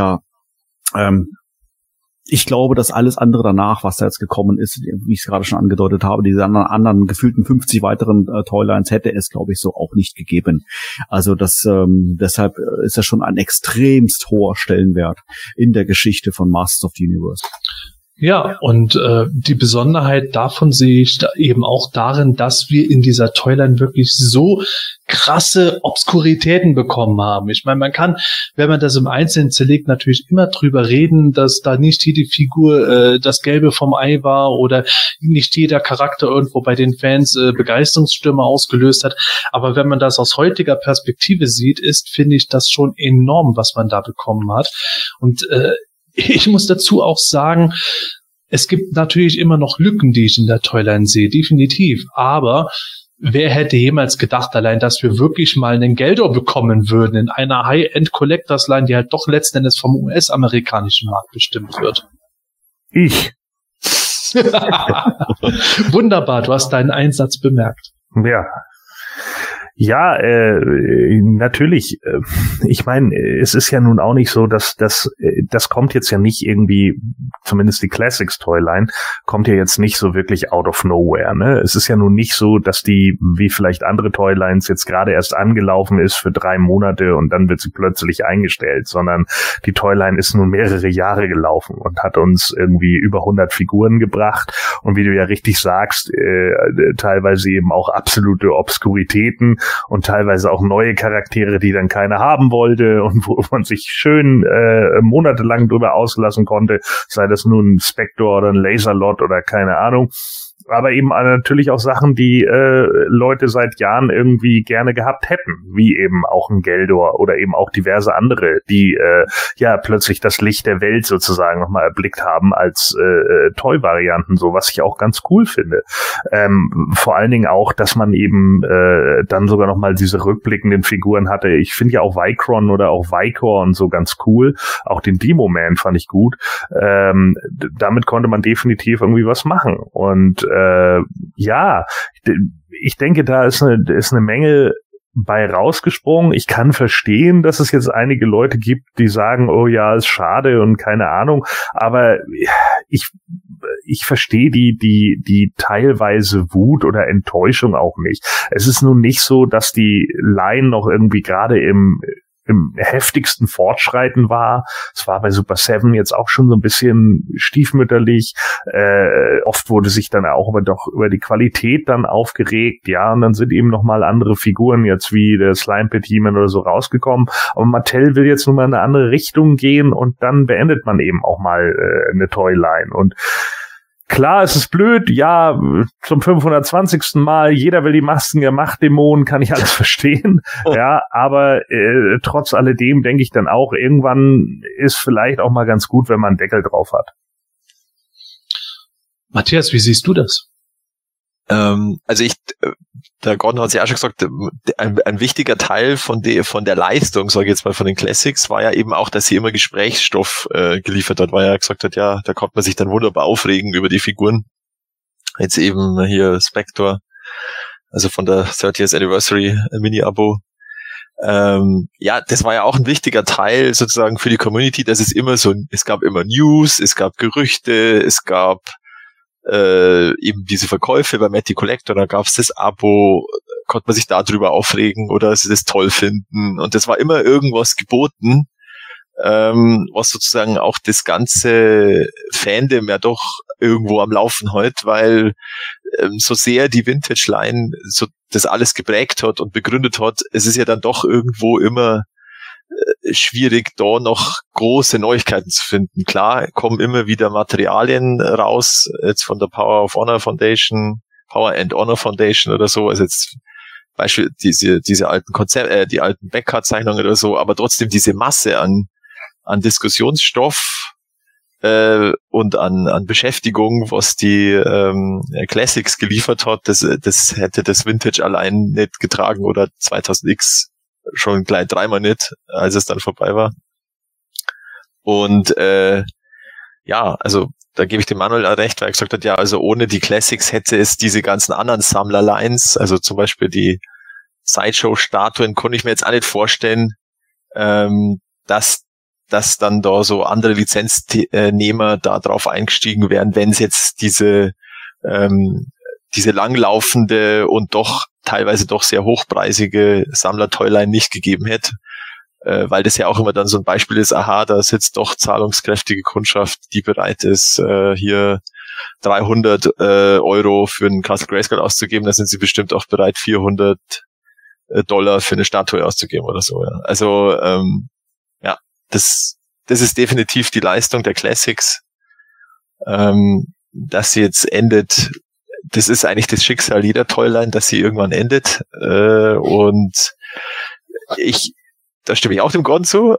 ich glaube, dass alles andere danach, was da jetzt gekommen ist, wie ich es gerade schon angedeutet habe, diese anderen gefühlten 50 weiteren Toylines hätte es, glaube ich, so auch nicht gegeben. Also deshalb ist das schon ein extremst hoher Stellenwert in der Geschichte von Masters of the Universe. Ja, und die Besonderheit davon sehe ich da eben auch darin, dass wir in dieser Toyline wirklich so krasse Obskuritäten bekommen haben. Ich meine, man kann, wenn man das im Einzelnen zerlegt, natürlich immer drüber reden, dass da nicht jede Figur das Gelbe vom Ei war oder nicht jeder Charakter irgendwo bei den Fans Begeisterungsstürme ausgelöst hat. Aber wenn man das aus heutiger Perspektive sieht, finde ich das schon enorm, was man da bekommen hat. Und ich muss dazu auch sagen, es gibt natürlich immer noch Lücken, die ich in der Toyline sehe, definitiv. Aber wer hätte jemals gedacht, allein, dass wir wirklich mal einen Geldor bekommen würden in einer High-End-Collectors-Line, die halt doch letzten Endes vom US-amerikanischen Markt bestimmt wird. Ich. Wunderbar, du hast deinen Einsatz bemerkt. Ja. Ja, natürlich. Ich meine, es ist ja nun auch nicht so, dass das kommt jetzt ja nicht irgendwie, zumindest die Classics Toyline, kommt ja jetzt nicht so wirklich out of nowhere, ne? Es ist ja nun nicht so, dass die, wie vielleicht andere Toylines, jetzt gerade erst angelaufen ist für 3 Monate und dann wird sie plötzlich eingestellt, sondern die Toyline ist nun mehrere Jahre gelaufen und hat uns irgendwie über 100 Figuren gebracht und wie du ja richtig sagst, teilweise eben auch absolute Obskuritäten und teilweise auch neue Charaktere, die dann keiner haben wollte und wo man sich schön monatelang drüber auslassen konnte, sei das nun ein Spector oder ein Laserlot oder keine Ahnung. Aber eben natürlich auch Sachen, die Leute seit Jahren irgendwie gerne gehabt hätten, wie eben auch ein Geldor oder eben auch diverse andere, die ja plötzlich das Licht der Welt sozusagen nochmal erblickt haben als Toy-Varianten, so was ich auch ganz cool finde. Vor allen Dingen auch, dass man eben dann sogar nochmal diese rückblickenden Figuren hatte. Ich finde ja auch Vicron oder auch Vicor und so ganz cool. Auch den Demo-Man fand ich gut. Damit konnte man definitiv irgendwie was machen. Und ja, ich denke, da ist eine Menge bei rausgesprungen. Ich kann verstehen, dass es jetzt einige Leute gibt, die sagen, oh ja, ist schade und keine Ahnung, aber ich verstehe die teilweise Wut oder Enttäuschung auch nicht. Es ist nun nicht so, dass die Line noch irgendwie gerade im heftigsten Fortschreiten war. Es war bei Super 7 jetzt auch schon so ein bisschen stiefmütterlich. Oft wurde sich dann auch über die Qualität dann aufgeregt. Ja, und dann sind eben nochmal andere Figuren jetzt wie der Slime Pit He-Man oder so rausgekommen. Aber Mattel will jetzt nun mal in eine andere Richtung gehen und dann beendet man eben auch mal eine Toyline. Und klar, es ist blöd, ja, zum 520. Mal, jeder will die Masken der Machtdämonen, kann ich alles verstehen, ja, aber trotz alledem denke ich dann auch, irgendwann ist vielleicht auch mal ganz gut, wenn man einen Deckel drauf hat. Matthias, wie siehst du das? Also der Gordon hat es ja auch schon gesagt, ein wichtiger Teil von der Leistung, sage ich jetzt mal, von den Classics, war ja eben auch, dass sie immer Gesprächsstoff geliefert hat, weil er gesagt hat, ja, da konnte man sich dann wunderbar aufregen über die Figuren. Jetzt eben hier Spector, also von der 30th Anniversary Mini-Abo. Ja, das war ja auch ein wichtiger Teil sozusagen für die Community, dass es gab immer News, es gab Gerüchte, es gab eben diese Verkäufe bei Matty Collector, da gab's das Abo, konnte man sich darüber aufregen oder sie das toll finden und das war immer irgendwas geboten, was sozusagen auch das ganze Fandom ja doch irgendwo am Laufen hält, weil so sehr die Vintage-Line so das alles geprägt hat und begründet hat, es ist ja dann doch irgendwo immer schwierig, da noch große Neuigkeiten zu finden. Klar, kommen immer wieder Materialien raus, jetzt von der Power and Honor Foundation oder so, also jetzt Beispiel diese alten die alten Backcard-Zeichnungen oder so, aber trotzdem diese Masse an Diskussionsstoff und an Beschäftigung, was die Classics geliefert hat, das hätte das Vintage allein nicht getragen oder 2000X schon gleich 3-mal nicht, als es dann vorbei war. Und ja, also da gebe ich dem Manuel recht, weil er gesagt hat, ja, also ohne die Classics hätte es diese ganzen anderen Sammlerlines, also zum Beispiel die Sideshow-Statuen, konnte ich mir jetzt auch nicht vorstellen, dass dann da so andere Lizenznehmer da drauf eingestiegen wären, wenn es jetzt diese langlaufende und doch teilweise doch sehr hochpreisige Sammler-Toyline nicht gegeben hätte. Weil das ja auch immer dann so ein Beispiel ist, aha, da sitzt doch zahlungskräftige Kundschaft, die bereit ist, hier 300 Euro für einen Castle Grayskull auszugeben, da sind sie bestimmt auch bereit, $400 für eine Statue auszugeben oder so. Ja. Also ja, das ist definitiv die Leistung der Classics. Dass sie jetzt endet, das ist eigentlich das Schicksal jeder Toyline, dass sie irgendwann endet. Und da stimme ich auch dem Gordon zu.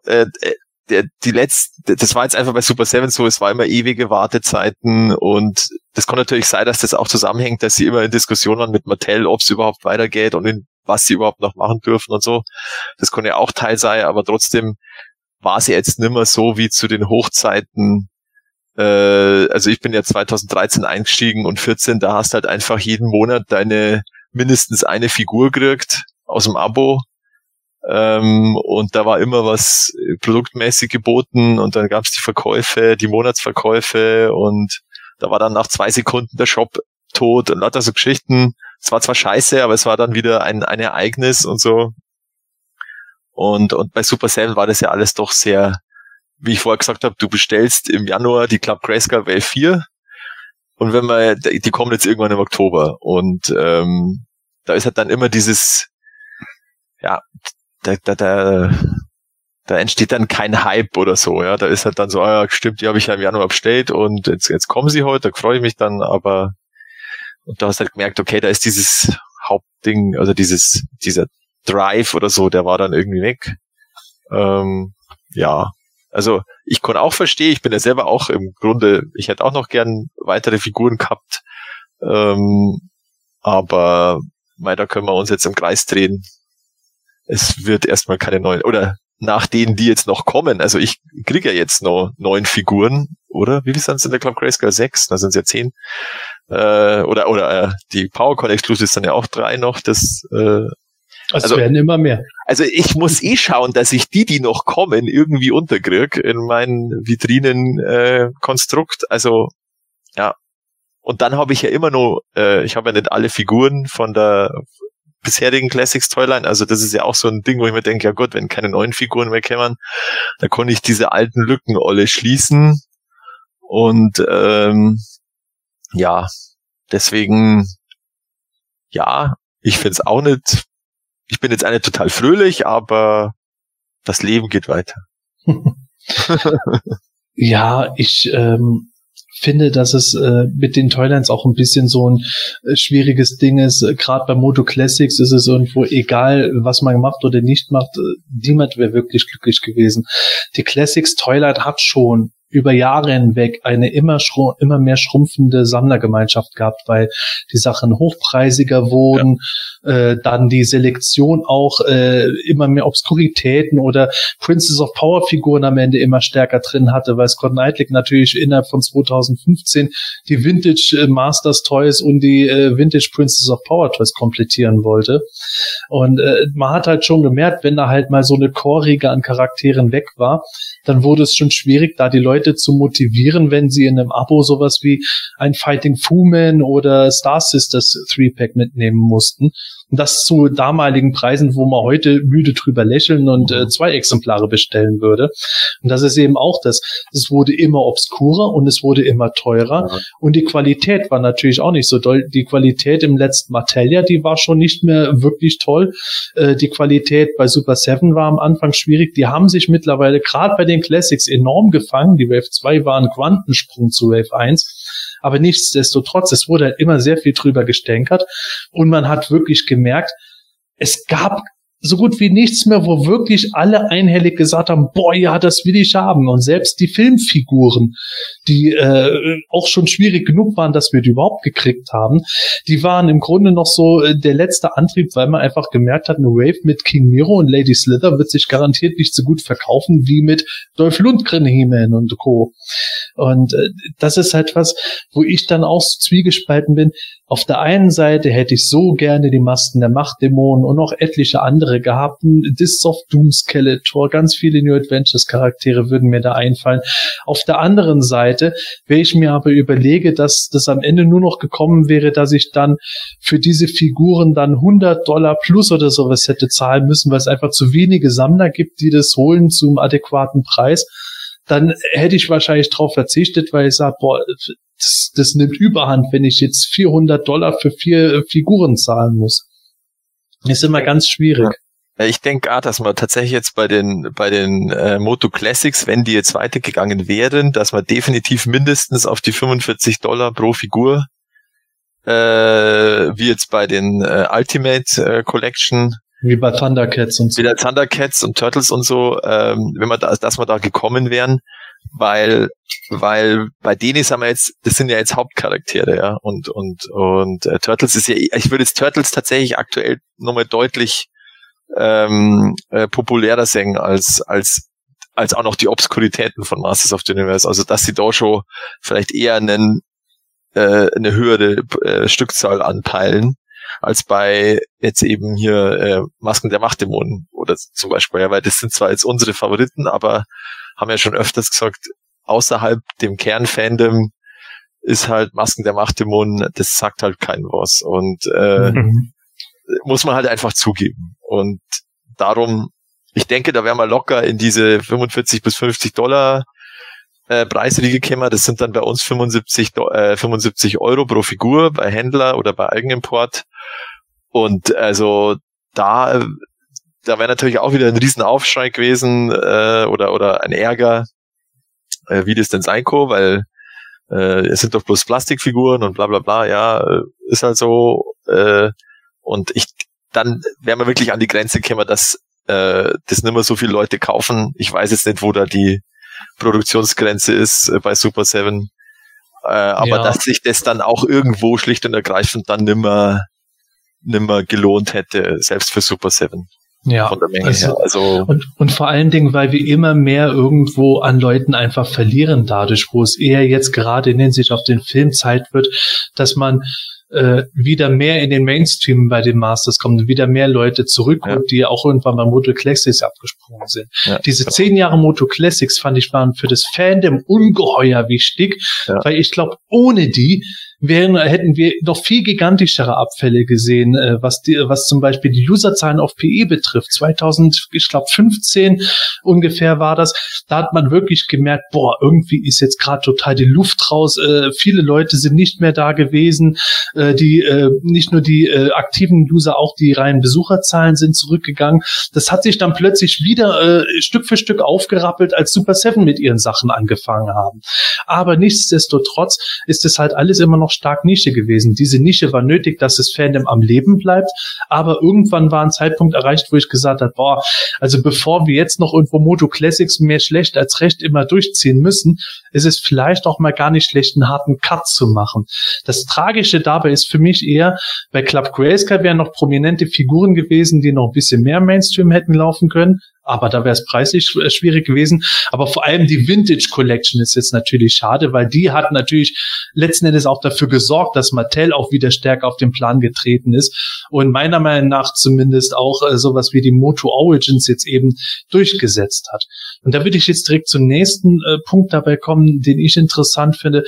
Das war jetzt einfach bei Super 7 so, es war immer ewige Wartezeiten und das kann natürlich sein, dass das auch zusammenhängt, dass sie immer in Diskussionen waren mit Mattel, ob es überhaupt weitergeht und was sie überhaupt noch machen dürfen und so. Das kann ja auch Teil sein, aber trotzdem war sie jetzt nimmer so wie zu den Hochzeiten. Also ich bin ja 2013 eingestiegen und 14, da hast halt einfach jeden Monat deine mindestens eine Figur gekriegt aus dem Abo. Und da war immer was produktmäßig geboten und dann gab's die Verkäufe, die Monatsverkäufe und da war dann nach 2 Sekunden der Shop tot und lauter so Geschichten. Es war zwar scheiße, aber es war dann wieder ein Ereignis und so. Und bei Super 7 war das ja alles doch sehr, wie ich vorher gesagt habe, du bestellst im Januar die Club Grayskull Wave 4 und die kommen jetzt irgendwann im Oktober und da ist halt dann immer dieses, ja, da entsteht dann kein Hype oder so, ja, da ist halt dann so, ja, stimmt, die habe ich ja im Januar bestellt und jetzt kommen sie heute, da freue ich mich dann, aber und da hast du halt gemerkt, okay, da ist dieses Hauptding, also dieser Drive oder so, der war dann irgendwie weg. Ja, also ich kann auch verstehen, ich bin ja selber auch im Grunde, ich hätte auch noch gern weitere Figuren gehabt, aber da können wir uns jetzt im Kreis drehen. Es wird erstmal keine neuen, oder nach denen, die jetzt noch kommen, also ich kriege ja jetzt noch 9 Figuren, oder? Wie viel sind es in der Club Grayskull? 6? Da sind es ja 10. Oder die PowerCon Exclusives sind ja auch 3 noch, Also werden immer mehr. Also ich muss schauen, dass ich die noch kommen, irgendwie unterkriege in mein Vitrinen-Konstrukt. Also, ja. Und dann habe ich ja immer noch, ich habe ja nicht alle Figuren von der bisherigen Classics Toyline, also das ist ja auch so ein Ding, wo ich mir denke, ja Gott, wenn keine neuen Figuren mehr kämen, dann konnte ich diese alten Lücken alle schließen. Und ja, deswegen, ja, ich find's auch nicht, ich bin jetzt auch nicht total fröhlich, aber das Leben geht weiter. Ja, ich finde, dass es mit den Toylines auch ein bisschen so ein schwieriges Ding ist. Gerade bei Moto Classics ist es irgendwo egal, was man macht oder nicht macht. Niemand wäre wirklich glücklich gewesen. Die Classics Toyline hat schon über Jahre hinweg eine immer mehr schrumpfende Sammlergemeinschaft gehabt, weil die Sachen hochpreisiger wurden, dann die Selektion auch immer mehr Obskuritäten oder Princess of Power Figuren am Ende immer stärker drin hatte, weil Scott Neidlich natürlich innerhalb von 2015 die Vintage Masters Toys und die Vintage Princess of Power Toys komplettieren wollte. Und man hat halt schon gemerkt, wenn da halt mal so eine Core-Riege an Charakteren weg war, dann wurde es schon schwierig, da die Leute zu motivieren, wenn sie in einem Abo sowas wie ein Fighting Fu-Man oder Star Sisters 3-Pack mitnehmen mussten. Und das zu damaligen Preisen, wo man heute müde drüber lächeln und 2 Exemplare bestellen würde. Und das ist eben auch das. Es wurde immer obskurer und es wurde immer teurer. Ja. Und die Qualität war natürlich auch nicht so doll. Die Qualität im letzten Materia, die war schon nicht mehr wirklich toll. Die Qualität bei Super 7 war am Anfang schwierig. Die haben sich mittlerweile gerade bei den Classics enorm gefangen. Die Wave 2 war ein Quantensprung zu Wave 1. Aber nichtsdestotrotz, es wurde halt immer sehr viel drüber gestänkert und man hat wirklich gemerkt, es gab so gut wie nichts mehr, wo wirklich alle einhellig gesagt haben, boah, ja, das will ich haben. Und selbst die Filmfiguren, die auch schon schwierig genug waren, dass wir die überhaupt gekriegt haben, die waren im Grunde noch so der letzte Antrieb, weil man einfach gemerkt hat, eine Wave mit King Miro und Lady Slither wird sich garantiert nicht so gut verkaufen wie mit Dolph Lundgren, He-Man und Co. Und das ist halt was, wo ich dann auch so zwiegespalten bin. Auf der einen Seite hätte ich so gerne die Masken der Machtdämonen und noch etliche andere gehabt. Discs of Doom, Skeletor, ganz viele New Adventures Charaktere würden mir da einfallen. Auf der anderen Seite, wenn ich mir aber überlege, dass das am Ende nur noch gekommen wäre, dass ich dann für diese Figuren dann $100 plus oder sowas hätte zahlen müssen, weil es einfach zu wenige Sammler gibt, die das holen zum adäquaten Preis, dann hätte ich wahrscheinlich drauf verzichtet, weil ich sage, boah, das nimmt Überhand, wenn ich jetzt $400 für 4 Figuren zahlen muss. Ist immer ganz schwierig. Ja, ich denke auch, dass man tatsächlich jetzt bei den Moto Classics, wenn die jetzt weitergegangen wären, dass man definitiv mindestens auf die $45 pro Figur, wie jetzt bei den Ultimate Collection, wie bei Thundercats und so. Wie bei Thundercats und Turtles und so, wenn man dass wir da gekommen wären, weil bei denen ist das sind ja jetzt Hauptcharaktere, ja, und Turtles ist ja, ich würde jetzt Turtles tatsächlich aktuell nochmal deutlich populärer sehen als auch noch die Obskuritäten von Masters of the Universe, also dass sie da schon vielleicht eher eine höhere Stückzahl anpeilen, als bei jetzt eben hier Masken der Machtdämonen oder zum Beispiel, ja, weil das sind zwar jetzt unsere Favoriten, aber haben ja schon öfters gesagt, außerhalb dem Kernfandom ist halt Masken der Machtdämonen, das sagt halt keinem was und muss man halt einfach zugeben. Und darum, ich denke, da wären wir locker in diese $45 bis $50 Preisriege gekommen. Das sind dann bei uns 75 Euro pro Figur bei Händler oder bei Eigenimport. Und also da wäre natürlich auch wieder ein Riesenaufschrei gewesen oder ein Ärger, wie das denn sein kann, weil es sind doch bloß Plastikfiguren und bla bla bla, ja, ist halt so. Und dann wären wir wirklich an die Grenze gekommen, dass das nicht mehr so viele Leute kaufen. Ich weiß jetzt nicht, wo da die Produktionsgrenze ist bei Super 7. Aber dass sich das dann auch irgendwo schlicht und ergreifend dann nimmer gelohnt hätte, selbst für Super 7. Ja, von der Menge her. Also und vor allen Dingen, weil wir immer mehr irgendwo an Leuten einfach verlieren dadurch, wo es eher jetzt gerade in Hinsicht auf den Film Zeit wird, dass man wieder mehr in den Mainstream bei den Masters kommen, wieder mehr Leute zurückholt, die auch irgendwann bei Moto Classics abgesprungen sind. Ja, diese 10 Jahre Moto Classics, fand ich, waren für das Fandom ungeheuer wichtig, weil ich glaube, ohne die hätten wir noch viel gigantischere Abfälle gesehen, was zum Beispiel die Userzahlen auf PE betrifft. 2015 ungefähr war das. Da hat man wirklich gemerkt, boah, irgendwie ist jetzt gerade total die Luft raus. Viele Leute sind nicht mehr da gewesen. Nicht nur die aktiven User, auch die reinen Besucherzahlen sind zurückgegangen. Das hat sich dann plötzlich wieder Stück für Stück aufgerappelt, als Super 7 mit ihren Sachen angefangen haben. Aber nichtsdestotrotz ist es halt alles immer noch stark Nische gewesen. Diese Nische war nötig, dass das Fandom am Leben bleibt, aber irgendwann war ein Zeitpunkt erreicht, wo ich gesagt habe, boah, also bevor wir jetzt noch irgendwo Moto Classics mehr schlecht als recht immer durchziehen müssen, ist es vielleicht auch mal gar nicht schlecht, einen harten Cut zu machen. Das Tragische dabei ist für mich eher, bei Club Grayskull wären noch prominente Figuren gewesen, die noch ein bisschen mehr Mainstream hätten laufen können, aber da wäre es preislich schwierig gewesen. Aber vor allem die Vintage Collection ist jetzt natürlich schade, weil die hat natürlich letzten Endes auch dafür gesorgt, dass Mattel auch wieder stärker auf den Plan getreten ist und meiner Meinung nach zumindest auch sowas wie die Moto Origins jetzt eben durchgesetzt hat. Und da würde ich jetzt direkt zum nächsten Punkt dabei kommen, den ich interessant finde.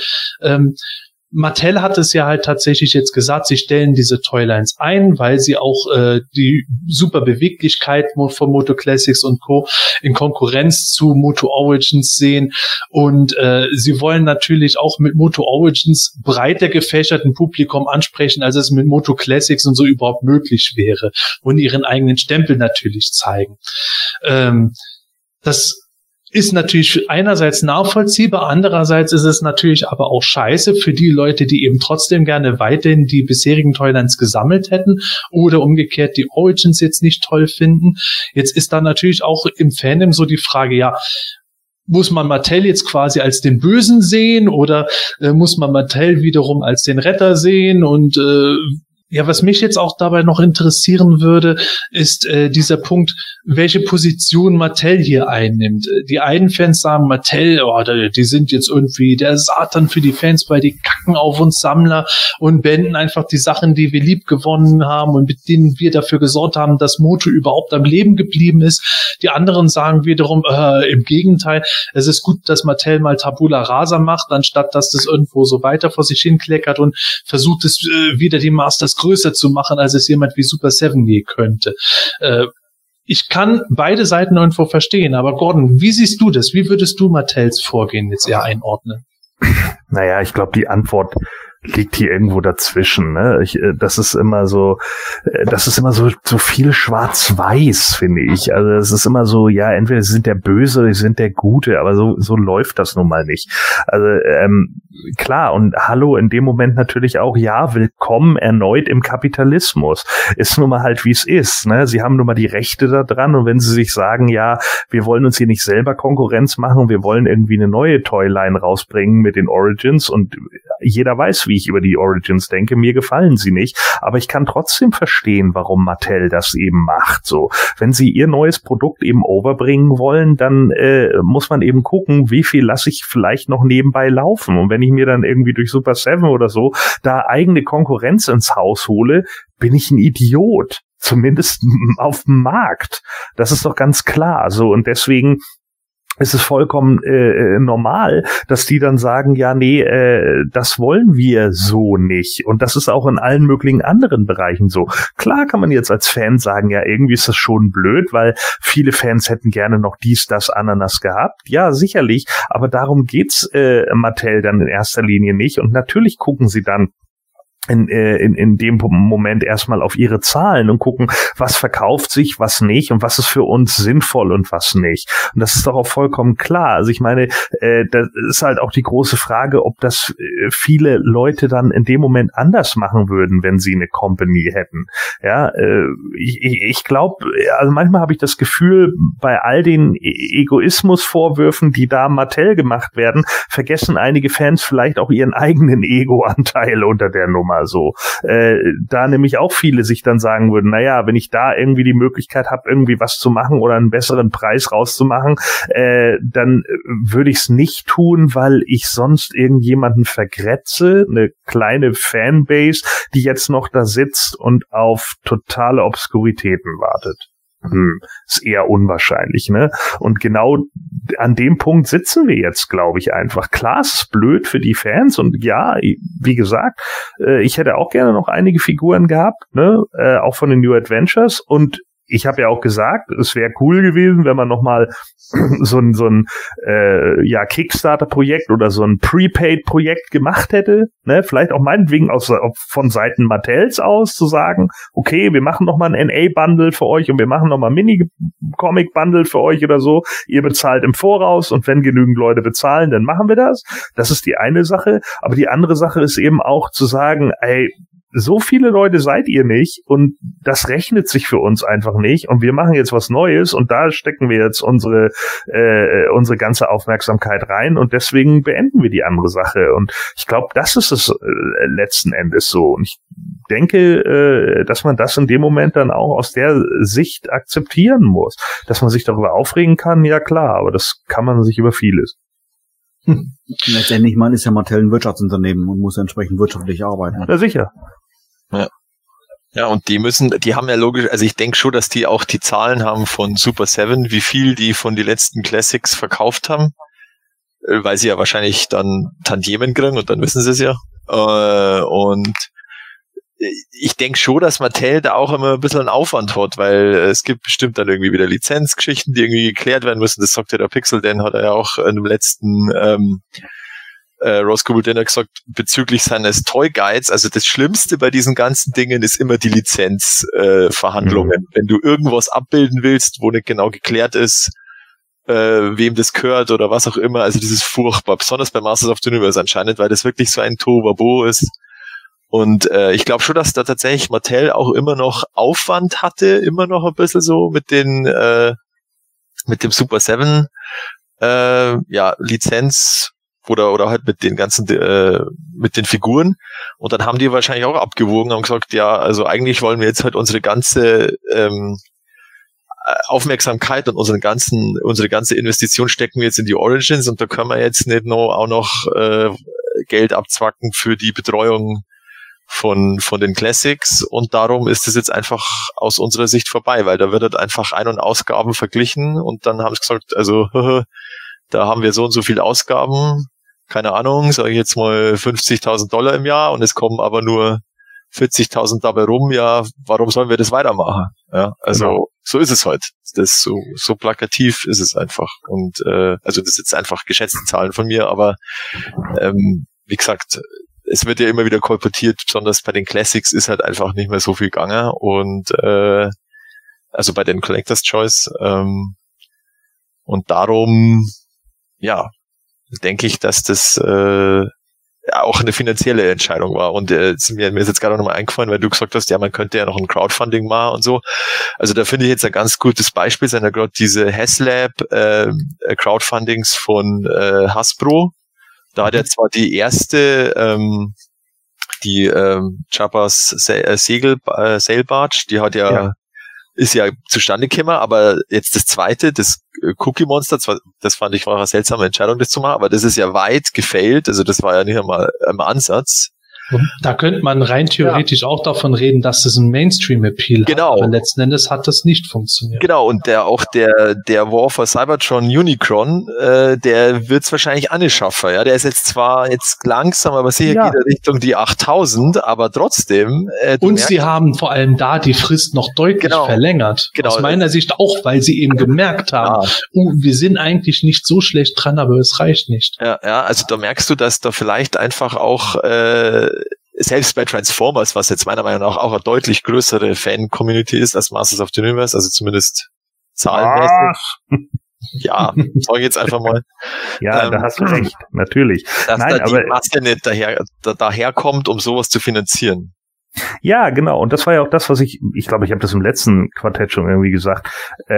Mattel hat es ja halt tatsächlich jetzt gesagt, sie stellen diese Toylines ein, weil sie auch die super Beweglichkeit von Moto Classics und Co. in Konkurrenz zu Moto Origins sehen und sie wollen natürlich auch mit Moto Origins breiter gefächerten Publikum ansprechen, als es mit Moto Classics und so überhaupt möglich wäre und ihren eigenen Stempel natürlich zeigen. Das ist natürlich einerseits nachvollziehbar, andererseits ist es natürlich aber auch scheiße für die Leute, die eben trotzdem gerne weiterhin die bisherigen Toylines gesammelt hätten oder umgekehrt die Origins jetzt nicht toll finden. Jetzt ist da natürlich auch im Fandom so die Frage, ja, muss man Mattel jetzt quasi als den Bösen sehen oder muss man Mattel wiederum als den Retter sehen? Und ja, was mich jetzt auch dabei noch interessieren würde, ist dieser Punkt, welche Position Mattel hier einnimmt. Die einen Fans sagen, Mattel, die sind jetzt irgendwie der Satan für die Fans, weil die kacken auf uns Sammler und beenden einfach die Sachen, die wir lieb gewonnen haben und mit denen wir dafür gesorgt haben, dass Moto überhaupt am Leben geblieben ist. Die anderen sagen wiederum, im Gegenteil, es ist gut, dass Mattel mal Tabula Rasa macht, anstatt dass das irgendwo so weiter vor sich hinkleckert und versucht es wieder die Masters größer zu machen, als es jemand wie Super 7 je könnte. Ich kann beide Seiten irgendwo verstehen, aber Gordon, wie siehst du das? Wie würdest du Mattels Vorgehen jetzt eher einordnen? Naja, ich glaube, die Antwort liegt hier irgendwo dazwischen, ne? Das ist immer so viel schwarz-weiß, finde ich. Also es ist immer so, ja, entweder sie sind der Böse oder sie sind der Gute, aber so läuft das nun mal nicht. Also klar, und hallo, in dem Moment natürlich auch, ja, willkommen erneut im Kapitalismus. Ist nun mal halt, wie es ist, ne? Sie haben nun mal die Rechte da dran und wenn sie sich sagen, ja, wir wollen uns hier nicht selber Konkurrenz machen, wir wollen irgendwie eine neue Toyline rausbringen mit den Origins und jeder weiß, wie ich über die Origins denke, mir gefallen sie nicht, aber ich kann trotzdem verstehen, warum Mattel das eben macht, so. Wenn sie ihr neues Produkt eben overbringen wollen, dann muss man eben gucken, wie viel lasse ich vielleicht noch nebenbei laufen und wenn ich mir dann irgendwie durch Super 7 oder so da eigene Konkurrenz ins Haus hole, bin ich ein Idiot. Zumindest auf dem Markt. Das ist doch ganz klar, so, und deswegen es ist vollkommen normal, dass die dann sagen, ja, nee, das wollen wir so nicht. Und das ist auch in allen möglichen anderen Bereichen so. Klar kann man jetzt als Fan sagen, ja, irgendwie ist das schon blöd, weil viele Fans hätten gerne noch dies, das, Ananas gehabt. Ja, sicherlich, aber darum geht's Mattel dann in erster Linie nicht. Und natürlich gucken sie dann in dem Moment erstmal auf ihre Zahlen und gucken, was verkauft sich, was nicht und was ist für uns sinnvoll und was nicht. Und das ist doch auch vollkommen klar. Also ich meine, das ist halt auch die große Frage, ob das viele Leute dann in dem Moment anders machen würden, wenn sie eine Company hätten. Ja, ich glaube, also manchmal habe ich das Gefühl, bei all den Egoismusvorwürfen, die da Mattel gemacht werden, vergessen einige Fans vielleicht auch ihren eigenen Ego-Anteil unter der Nummer. So, da nämlich auch viele sich dann sagen würden, naja, wenn ich da irgendwie die Möglichkeit habe, irgendwie was zu machen oder einen besseren Preis rauszumachen, dann würde ich es nicht tun, weil ich sonst irgendjemanden vergrätze, eine kleine Fanbase, die jetzt noch da sitzt und auf totale Obskuritäten wartet. Ist eher unwahrscheinlich, ne? Und genau an dem Punkt sitzen wir jetzt, glaube ich, einfach. Klar, es ist blöd für die Fans und ja, wie gesagt, ich hätte auch gerne noch einige Figuren gehabt, ne? Auch von den New Adventures und ich habe ja auch gesagt, es wäre cool gewesen, wenn man nochmal so ein Kickstarter-Projekt oder so ein Prepaid-Projekt gemacht hätte, ne? Vielleicht auch meinetwegen von Seiten Mattels aus zu sagen, okay, wir machen nochmal ein NA-Bundle für euch und wir machen nochmal ein Mini-Comic-Bundle für euch oder so. Ihr bezahlt im Voraus und wenn genügend Leute bezahlen, dann machen wir das. Das ist die eine Sache. Aber die andere Sache ist eben auch zu sagen, ey, so viele Leute seid ihr nicht und das rechnet sich für uns einfach nicht und wir machen jetzt was Neues und da stecken wir jetzt unsere ganze Aufmerksamkeit rein und deswegen beenden wir die andere Sache und ich glaube, das ist es letzten Endes so und ich denke, dass man das in dem Moment dann auch aus der Sicht akzeptieren muss, dass man sich darüber aufregen kann, ja klar, aber das kann man sich über vieles. Letztendlich, man ist ja Mattel ein Wirtschaftsunternehmen und muss entsprechend wirtschaftlich arbeiten. Ja, sicher. Ja. Ja, und die haben ja logisch, also ich denke schon, dass die auch die Zahlen haben von Super 7, wie viel die von den letzten Classics verkauft haben, weil sie ja wahrscheinlich dann Tantiemen kriegen und dann wissen sie es ja. Und ich denke schon, dass Mattel da auch immer ein bisschen einen Aufwand hat, weil es gibt bestimmt dann irgendwie wieder Lizenzgeschichten, die irgendwie geklärt werden müssen. Das sagt ja der Pixel, den hat er ja auch in dem letzten Roscoe Dinner gesagt, bezüglich seines Toy Guides. Also das Schlimmste bei diesen ganzen Dingen ist immer die Lizenzverhandlungen. Wenn du irgendwas abbilden willst, wo nicht genau geklärt ist, wem das gehört oder was auch immer. Also das ist furchtbar, besonders bei Masters of the Universe anscheinend, weil das wirklich so ein Tohuwabohu ist. Und ich glaube schon, dass da tatsächlich Mattel auch immer noch Aufwand hatte, immer noch ein bisschen so mit den mit dem Super 7 Lizenz oder halt mit den ganzen mit den Figuren. Und dann haben die wahrscheinlich auch abgewogen und gesagt, ja, also eigentlich wollen wir jetzt halt unsere ganze Aufmerksamkeit und unsere ganze Investition stecken wir jetzt in die Origins und da können wir jetzt nicht auch noch Geld abzwacken für die Betreuung von den Classics, und darum ist es jetzt einfach aus unserer Sicht vorbei, weil da wird halt einfach Ein- und Ausgaben verglichen und dann haben sie gesagt, also da haben wir so und so viel Ausgaben, keine Ahnung, sage ich jetzt mal $50.000 im Jahr und es kommen aber nur 40.000 dabei rum, ja, warum sollen wir das weitermachen? Ja, also so ist es halt. Das so plakativ ist es einfach. Und also das ist jetzt einfach geschätzte Zahlen von mir, aber wie gesagt, es wird ja immer wieder kolportiert, besonders bei den Classics ist halt einfach nicht mehr so viel gegangen und also bei den Collector's Choice und darum denke ich, dass das auch eine finanzielle Entscheidung war. Und mir ist jetzt gerade nochmal eingefallen, weil du gesagt hast, ja, man könnte ja noch ein Crowdfunding machen und so. Also da finde ich jetzt ein ganz gutes Beispiel, sind ja gerade diese HasLab Crowdfundings von Hasbro. Da hat er zwar die erste, Jabba's Sailbarge, die hat ist ja zustande gekommen, aber jetzt das zweite, das Cookie Monster, das fand ich war eine seltsame Entscheidung, das zu machen, aber das ist ja weit gefailt, also das war ja nicht einmal im Ansatz. Da könnte man rein theoretisch auch davon reden, dass das ein Mainstream-Appeal hat, aber letzten Endes hat das nicht funktioniert. Genau, und der War for Cybertron Unicron, der wird's wahrscheinlich auch nicht schaffen, ja, der ist jetzt zwar langsam, aber sicher geht er Richtung die 8.000, aber trotzdem. Und sie haben vor allem da die Frist noch deutlich verlängert. Genau. Aus meiner Sicht auch, weil sie eben gemerkt haben, wir sind eigentlich nicht so schlecht dran, aber es reicht nicht. Ja, also da merkst du, dass da vielleicht einfach auch selbst bei Transformers, was jetzt meiner Meinung nach auch eine deutlich größere Fan-Community ist als Masters of the Universe, also zumindest zahlenmäßig. Ja, sage ich jetzt einfach mal. Ja, da hast du recht, natürlich. Dass da die Masse nicht daherkommt, um sowas zu finanzieren. Ja, genau. Und das war ja auch das, was ich glaube, ich habe das im letzten Quartett schon irgendwie gesagt.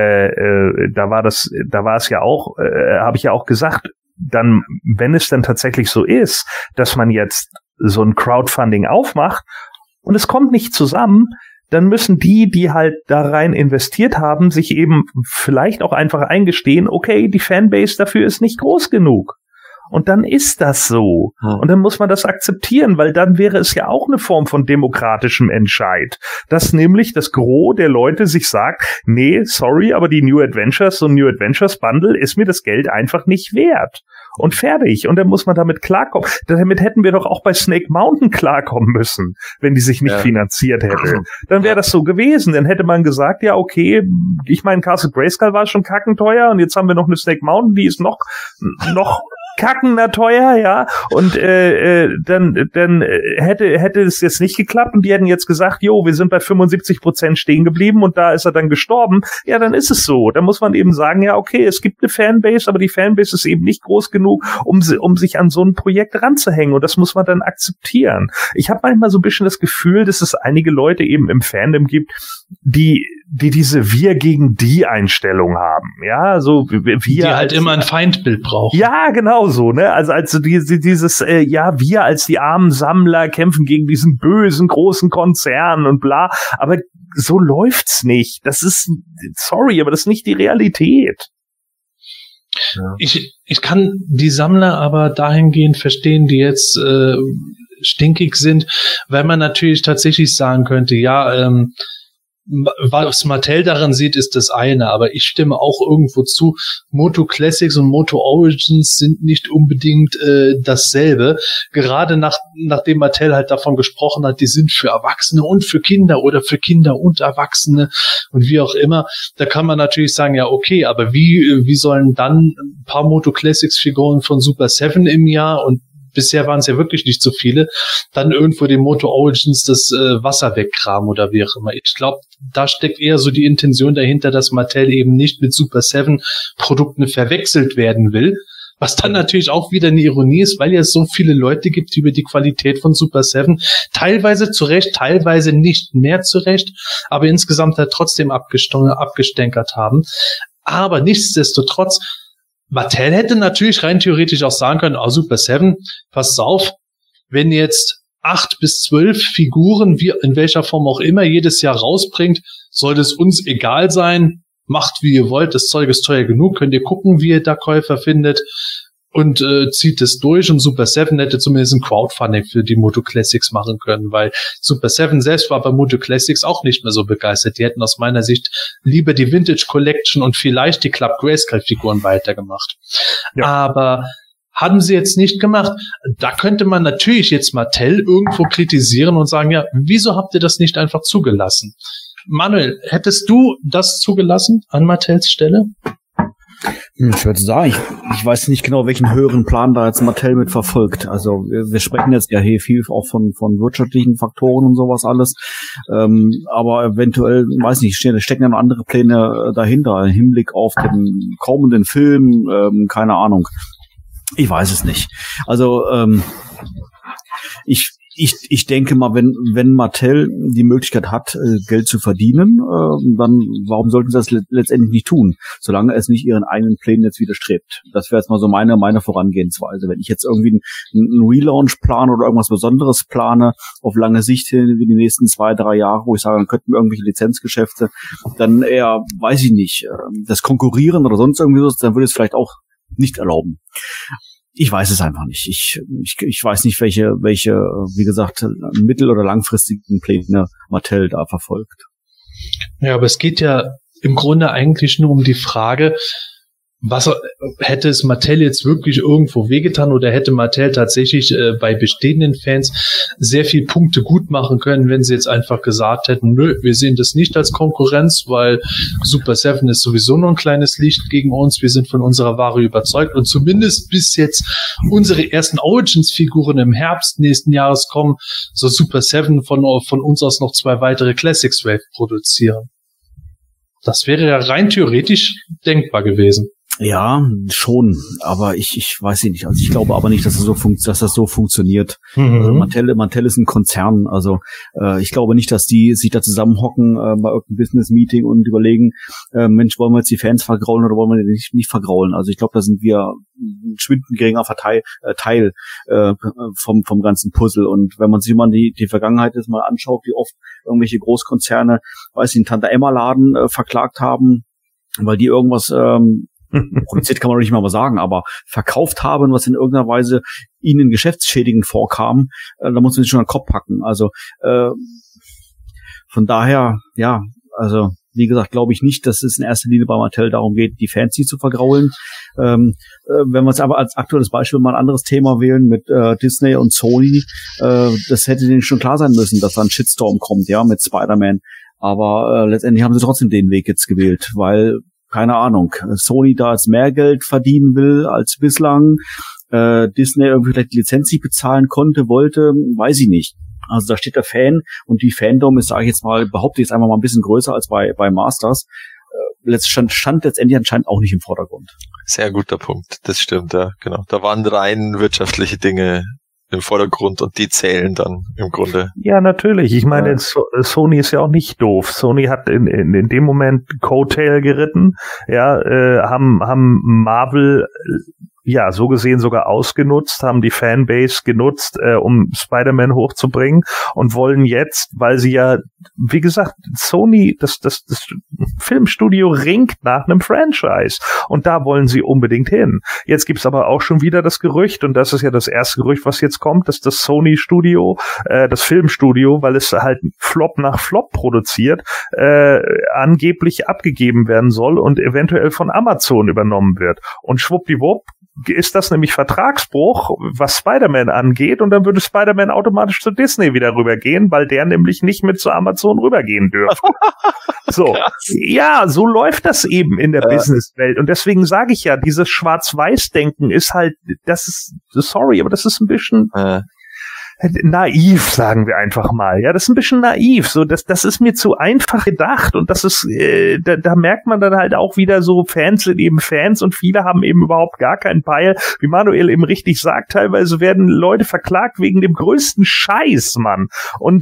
Da war es ja auch, habe ich ja auch gesagt, dann, wenn es dann tatsächlich so ist, dass man jetzt so ein Crowdfunding aufmacht und es kommt nicht zusammen, dann müssen die halt da rein investiert haben, sich eben vielleicht auch einfach eingestehen, okay, die Fanbase dafür ist nicht groß genug. Und dann ist das so. Und dann muss man das akzeptieren, weil dann wäre es ja auch eine Form von demokratischem Entscheid. Dass nämlich das Gros der Leute sich sagt, nee, sorry, aber die New Adventures, so ein New Adventures Bundle ist mir das Geld einfach nicht wert. Und fertig. Und dann muss man damit klarkommen. Damit hätten wir doch auch bei Snake Mountain klarkommen müssen, wenn die sich nicht finanziert hätte. Dann wäre das so gewesen. Dann hätte man gesagt, ja, okay, ich meine, Castle Grayskull war schon kackenteuer und jetzt haben wir noch eine Snake Mountain, die ist noch kackender teuer, ja, und dann hätte es jetzt nicht geklappt und die hätten jetzt gesagt, jo, wir sind bei 75% stehen geblieben und da ist er dann gestorben, ja, dann ist es so. Da muss man eben sagen, ja, okay, es gibt eine Fanbase, aber die Fanbase ist eben nicht groß genug, um sich an so ein Projekt ranzuhängen und das muss man dann akzeptieren. Ich habe manchmal so ein bisschen das Gefühl, dass es einige Leute eben im Fandom gibt, die diese Wir gegen die Einstellung haben, ja, so die halt immer ein Feindbild brauchen. Ja, genau so, ne, also dieses wir als die armen Sammler kämpfen gegen diesen bösen großen Konzern und bla, aber so läuft's nicht. Das ist, sorry, aber das ist nicht die Realität. Ja. Ich kann die Sammler aber dahingehend verstehen, die jetzt stinkig sind, weil man natürlich tatsächlich sagen könnte, was Mattel daran sieht, ist das eine, aber ich stimme auch irgendwo zu, Moto Classics und Moto Origins sind nicht unbedingt dasselbe. Gerade nachdem Mattel halt davon gesprochen hat, die sind für Erwachsene und für Kinder oder für Kinder und Erwachsene und wie auch immer, da kann man natürlich sagen, ja okay, aber wie sollen dann ein paar Moto Classics Figuren von Super 7 im Jahr und bisher waren es ja wirklich nicht so viele, dann irgendwo den Moto Origins das Wasser wegkramen oder wie auch immer. Ich glaube, da steckt eher so die Intention dahinter, dass Mattel eben nicht mit Super 7 Produkten verwechselt werden will. Was dann natürlich auch wieder eine Ironie ist, weil ja es so viele Leute gibt, die über die Qualität von Super 7 teilweise zu Recht, teilweise nicht mehr zu Recht, aber insgesamt halt trotzdem abgestänkert haben. Aber nichtsdestotrotz, Mattel hätte natürlich rein theoretisch auch sagen können, Super 7, passt auf, wenn jetzt 8 bis 12 Figuren, wie in welcher Form auch immer, jedes Jahr rausbringt, soll es uns egal sein, macht wie ihr wollt, das Zeug ist teuer genug, könnt ihr gucken, wie ihr da Käufer findet und zieht es durch. Und Super 7 hätte zumindest ein Crowdfunding für die Moto Classics machen können, weil Super 7 selbst war bei Moto Classics auch nicht mehr so begeistert. Die hätten aus meiner Sicht lieber die Vintage Collection und vielleicht die Club Grayskull Figuren weitergemacht. Ja. Aber haben sie jetzt nicht gemacht. Da könnte man natürlich jetzt Mattel irgendwo kritisieren und sagen, ja, wieso habt ihr das nicht einfach zugelassen? Manuel, hättest du das zugelassen an Mattels Stelle? Ich würde sagen, ich weiß nicht genau, welchen höheren Plan da jetzt Mattel mit verfolgt. Also wir sprechen jetzt ja hier viel auch von wirtschaftlichen Faktoren und sowas alles. Aber eventuell, weiß nicht, stecken ja noch andere Pläne dahinter im Hinblick auf den kommenden Film, keine Ahnung. Ich weiß es nicht. Also ich denke mal, wenn Mattel die Möglichkeit hat, Geld zu verdienen, dann warum sollten sie das letztendlich nicht tun, solange es nicht ihren eigenen Plänen jetzt widerstrebt. Das wäre jetzt mal so meine Vorangehensweise. Wenn ich jetzt irgendwie einen Relaunch plane oder irgendwas Besonderes plane, auf lange Sicht hin, wie die nächsten 2-3 Jahre, wo ich sage, dann könnten wir irgendwelche Lizenzgeschäfte, dann eher, weiß ich nicht, das Konkurrieren oder sonst irgendwie so, dann würde es vielleicht auch nicht erlauben. Ich weiß es einfach nicht. Ich weiß nicht, welche, wie gesagt, mittel- oder langfristigen Pläne Mattel da verfolgt. Ja, aber es geht ja im Grunde eigentlich nur um die Frage, was hätte es Mattel jetzt wirklich irgendwo wehgetan oder hätte Mattel tatsächlich bei bestehenden Fans sehr viel Punkte gut machen können, wenn sie jetzt einfach gesagt hätten, nö, wir sehen das nicht als Konkurrenz, weil Super 7 ist sowieso nur ein kleines Licht gegen uns, wir sind von unserer Ware überzeugt und zumindest bis jetzt unsere ersten Origins-Figuren im Herbst nächsten Jahres kommen, so Super 7 von uns aus noch 2 weitere Classics Wave produzieren. Das wäre ja rein theoretisch denkbar gewesen. Ja, schon, aber ich weiß nicht. Also ich glaube aber nicht, dass das so funktioniert. Also Mattel ist ein Konzern, also ich glaube nicht, dass die sich da zusammenhocken bei irgendeinem Business-Meeting und überlegen, Mensch, wollen wir jetzt die Fans vergraulen oder wollen wir die nicht vergraulen? Also ich glaube, da sind wir ein schwindend geringer Teil vom ganzen Puzzle. Und wenn man sich mal die Vergangenheit jetzt mal anschaut, wie oft irgendwelche Großkonzerne, weiß ich, einen Tante-Emma-Laden verklagt haben, weil die irgendwas produziert kann man doch nicht mal sagen, aber verkauft haben, was in irgendeiner Weise ihnen geschäftsschädigend vorkam, da muss man sich schon an den Kopf packen. Also von daher, ja, also wie gesagt, glaube ich nicht, dass es in erster Linie bei Mattel darum geht, die Fans zu vergraulen. Wenn wir uns aber als aktuelles Beispiel mal ein anderes Thema wählen mit Disney und Sony, das hätte denen schon klar sein müssen, dass da ein Shitstorm kommt, ja, mit Spider-Man. Aber letztendlich haben sie trotzdem den Weg jetzt gewählt, weil keine Ahnung, Sony da jetzt mehr Geld verdienen will als bislang, Disney irgendwie vielleicht die Lizenz nicht bezahlen wollte, weiß ich nicht. Also da steht der Fan und die Fandom ist, sage ich jetzt mal, behaupte ich jetzt einfach mal ein bisschen größer als bei Masters. Stand letztendlich anscheinend auch nicht im Vordergrund. Sehr guter Punkt, das stimmt, ja, genau. Da waren rein wirtschaftliche Dinge im Vordergrund und die zählen dann im Grunde. Ja, natürlich. Ich meine, Sony ist ja auch nicht doof. Sony hat in dem Moment Coattail geritten, ja, haben Marvel ja, so gesehen sogar ausgenutzt, haben die Fanbase genutzt, um Spider-Man hochzubringen und wollen jetzt, weil sie ja, wie gesagt, Sony, das Filmstudio ringt nach einem Franchise und da wollen sie unbedingt hin. Jetzt gibt's aber auch schon wieder das Gerücht, und das ist ja das erste Gerücht, was jetzt kommt, dass das Sony-Studio, das Filmstudio, weil es halt Flop nach Flop produziert, angeblich abgegeben werden soll und eventuell von Amazon übernommen wird. Und schwuppdiwupp ist das nämlich Vertragsbruch, was Spider-Man angeht, und dann würde Spider-Man automatisch zu Disney wieder rübergehen, weil der nämlich nicht mit zu Amazon rübergehen dürfte. So. Ja, so läuft das eben in der Businesswelt, und deswegen sage ich ja, dieses Schwarz-Weiß-Denken ist halt, das ist, sorry, aber das ist ein bisschen naiv, sagen wir einfach mal. Ja, das ist ein bisschen naiv. So, das ist mir zu einfach gedacht, und das ist, da merkt man dann halt auch wieder, so Fans sind eben Fans, und viele haben eben überhaupt gar keinen Peil. Wie Manuel eben richtig sagt, teilweise werden Leute verklagt wegen dem größten Scheiß, Mann. Und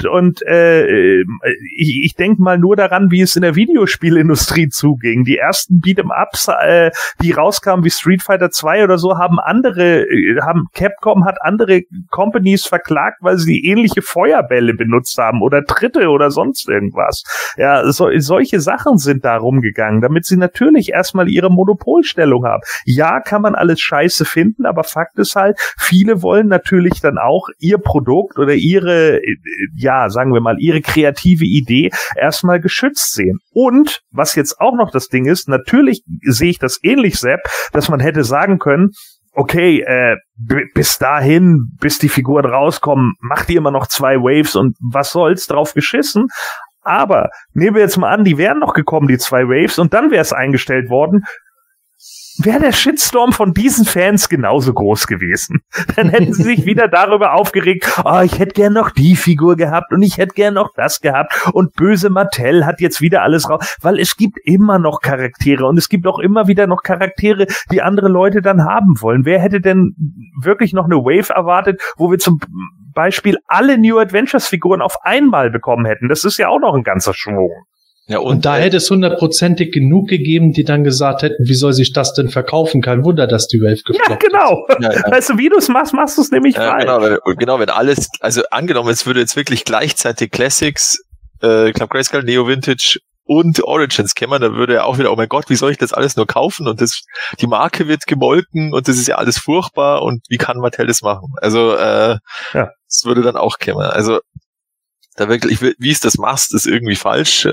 ich denke mal nur daran, wie es in der Videospielindustrie zuging. Die ersten Beat'em-Ups, die rauskamen wie Street Fighter 2 oder so, Capcom hat andere Companies verklagt, weil sie ähnliche Feuerbälle benutzt haben oder Tritte oder sonst irgendwas. Ja, solche Sachen sind da rumgegangen, damit sie natürlich erstmal ihre Monopolstellung haben. Ja, kann man alles scheiße finden, aber Fakt ist halt, viele wollen natürlich dann auch ihr Produkt oder ihre, sagen wir mal, ihre kreative Idee erstmal geschützt sehen. Und, was jetzt auch noch das Ding ist, natürlich sehe ich das ähnlich, Sepp, dass man hätte sagen können, okay, bis dahin, bis die Figuren rauskommen, macht ihr immer noch 2 Waves und was soll's, drauf geschissen. Aber nehmen wir jetzt mal an, die wären noch gekommen, die 2 Waves, und dann wäre es eingestellt worden, wäre der Shitstorm von diesen Fans genauso groß gewesen. Dann hätten sie sich wieder darüber aufgeregt, ich hätte gern noch die Figur gehabt und ich hätte gern noch das gehabt und böse Mattel hat jetzt wieder alles raus, weil es gibt immer noch Charaktere und es gibt auch immer wieder noch Charaktere, die andere Leute dann haben wollen. Wer hätte denn wirklich noch eine Wave erwartet, wo wir zum Beispiel alle New Adventures Figuren auf einmal bekommen hätten? Das ist ja auch noch ein ganzer Schwung. Ja, und da hätte es 100%ig genug gegeben, die dann gesagt hätten, wie soll sich das denn verkaufen? Kein Wunder, dass die Wave gefloppt ist. Ja, genau. Weißt du, wie du es machst du es nämlich falsch. Genau, wenn alles, also angenommen, es würde jetzt wirklich gleichzeitig Classics, Club Grayskull, Neo Vintage und Origins kämen, dann würde er auch wieder, oh mein Gott, wie soll ich das alles nur kaufen? Und die Marke wird gemolken und das ist ja alles furchtbar und wie kann Mattel das machen? Also, das würde dann auch kämen. Also, da wirklich, wie es das machst, ist irgendwie falsch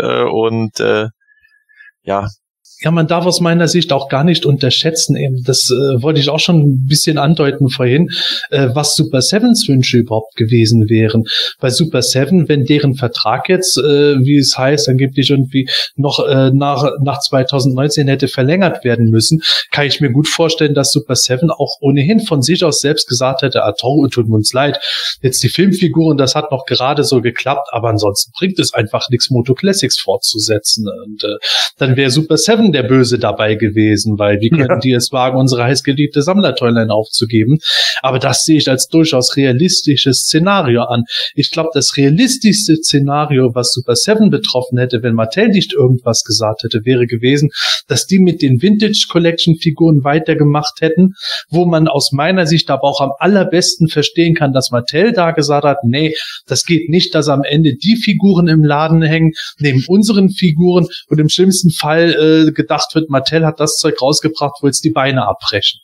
Ja, man darf aus meiner Sicht auch gar nicht unterschätzen, eben, das wollte ich auch schon ein bisschen andeuten vorhin, was Super 7's Wünsche überhaupt gewesen wären. Bei Super 7, wenn deren Vertrag jetzt, wie es heißt, angeblich irgendwie noch nach 2019 hätte verlängert werden müssen, kann ich mir gut vorstellen, dass Super 7 auch ohnehin von sich aus selbst gesagt hätte, tut uns leid, jetzt die Filmfiguren, das hat noch gerade so geklappt, aber ansonsten bringt es einfach nichts, Moto Classics fortzusetzen. Und dann wäre Super 7 der Böse dabei gewesen, weil wie könnten die es wagen, unsere heißgeliebte Sammlertoyline aufzugeben? Aber das sehe ich als durchaus realistisches Szenario an. Ich glaube, das realistischste Szenario, was Super 7 betroffen hätte, wenn Mattel nicht irgendwas gesagt hätte, wäre gewesen, dass die mit den Vintage Collection Figuren weitergemacht hätten, wo man aus meiner Sicht aber auch am allerbesten verstehen kann, dass Mattel da gesagt hat, nee, das geht nicht, dass am Ende die Figuren im Laden hängen, neben unseren Figuren und im schlimmsten Fall gedacht wird, Mattel hat das Zeug rausgebracht, wo jetzt die Beine abbrechen.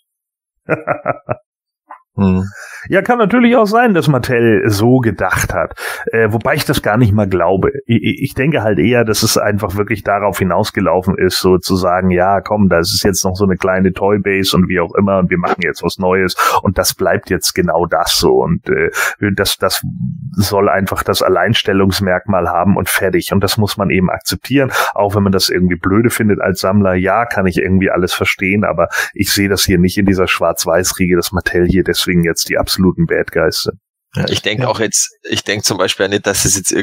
Ja, kann natürlich auch sein, dass Mattel so gedacht hat. Wobei ich das gar nicht mal glaube. Ich denke halt eher, dass es einfach wirklich darauf hinausgelaufen ist, so zu sagen, ja, komm, da ist jetzt noch so eine kleine Toybase und wie auch immer und wir machen jetzt was Neues und das bleibt jetzt genau das so und das soll einfach das Alleinstellungsmerkmal haben und fertig. Und das muss man eben akzeptieren, auch wenn man das irgendwie blöde findet als Sammler. Ja, kann ich irgendwie alles verstehen, aber ich sehe das hier nicht in dieser Schwarz-Weiß-Riege, dass Mattel hier deswegen jetzt die absoluten Bad Guys sind. Ja, ich denke auch jetzt, zum Beispiel nicht, dass es jetzt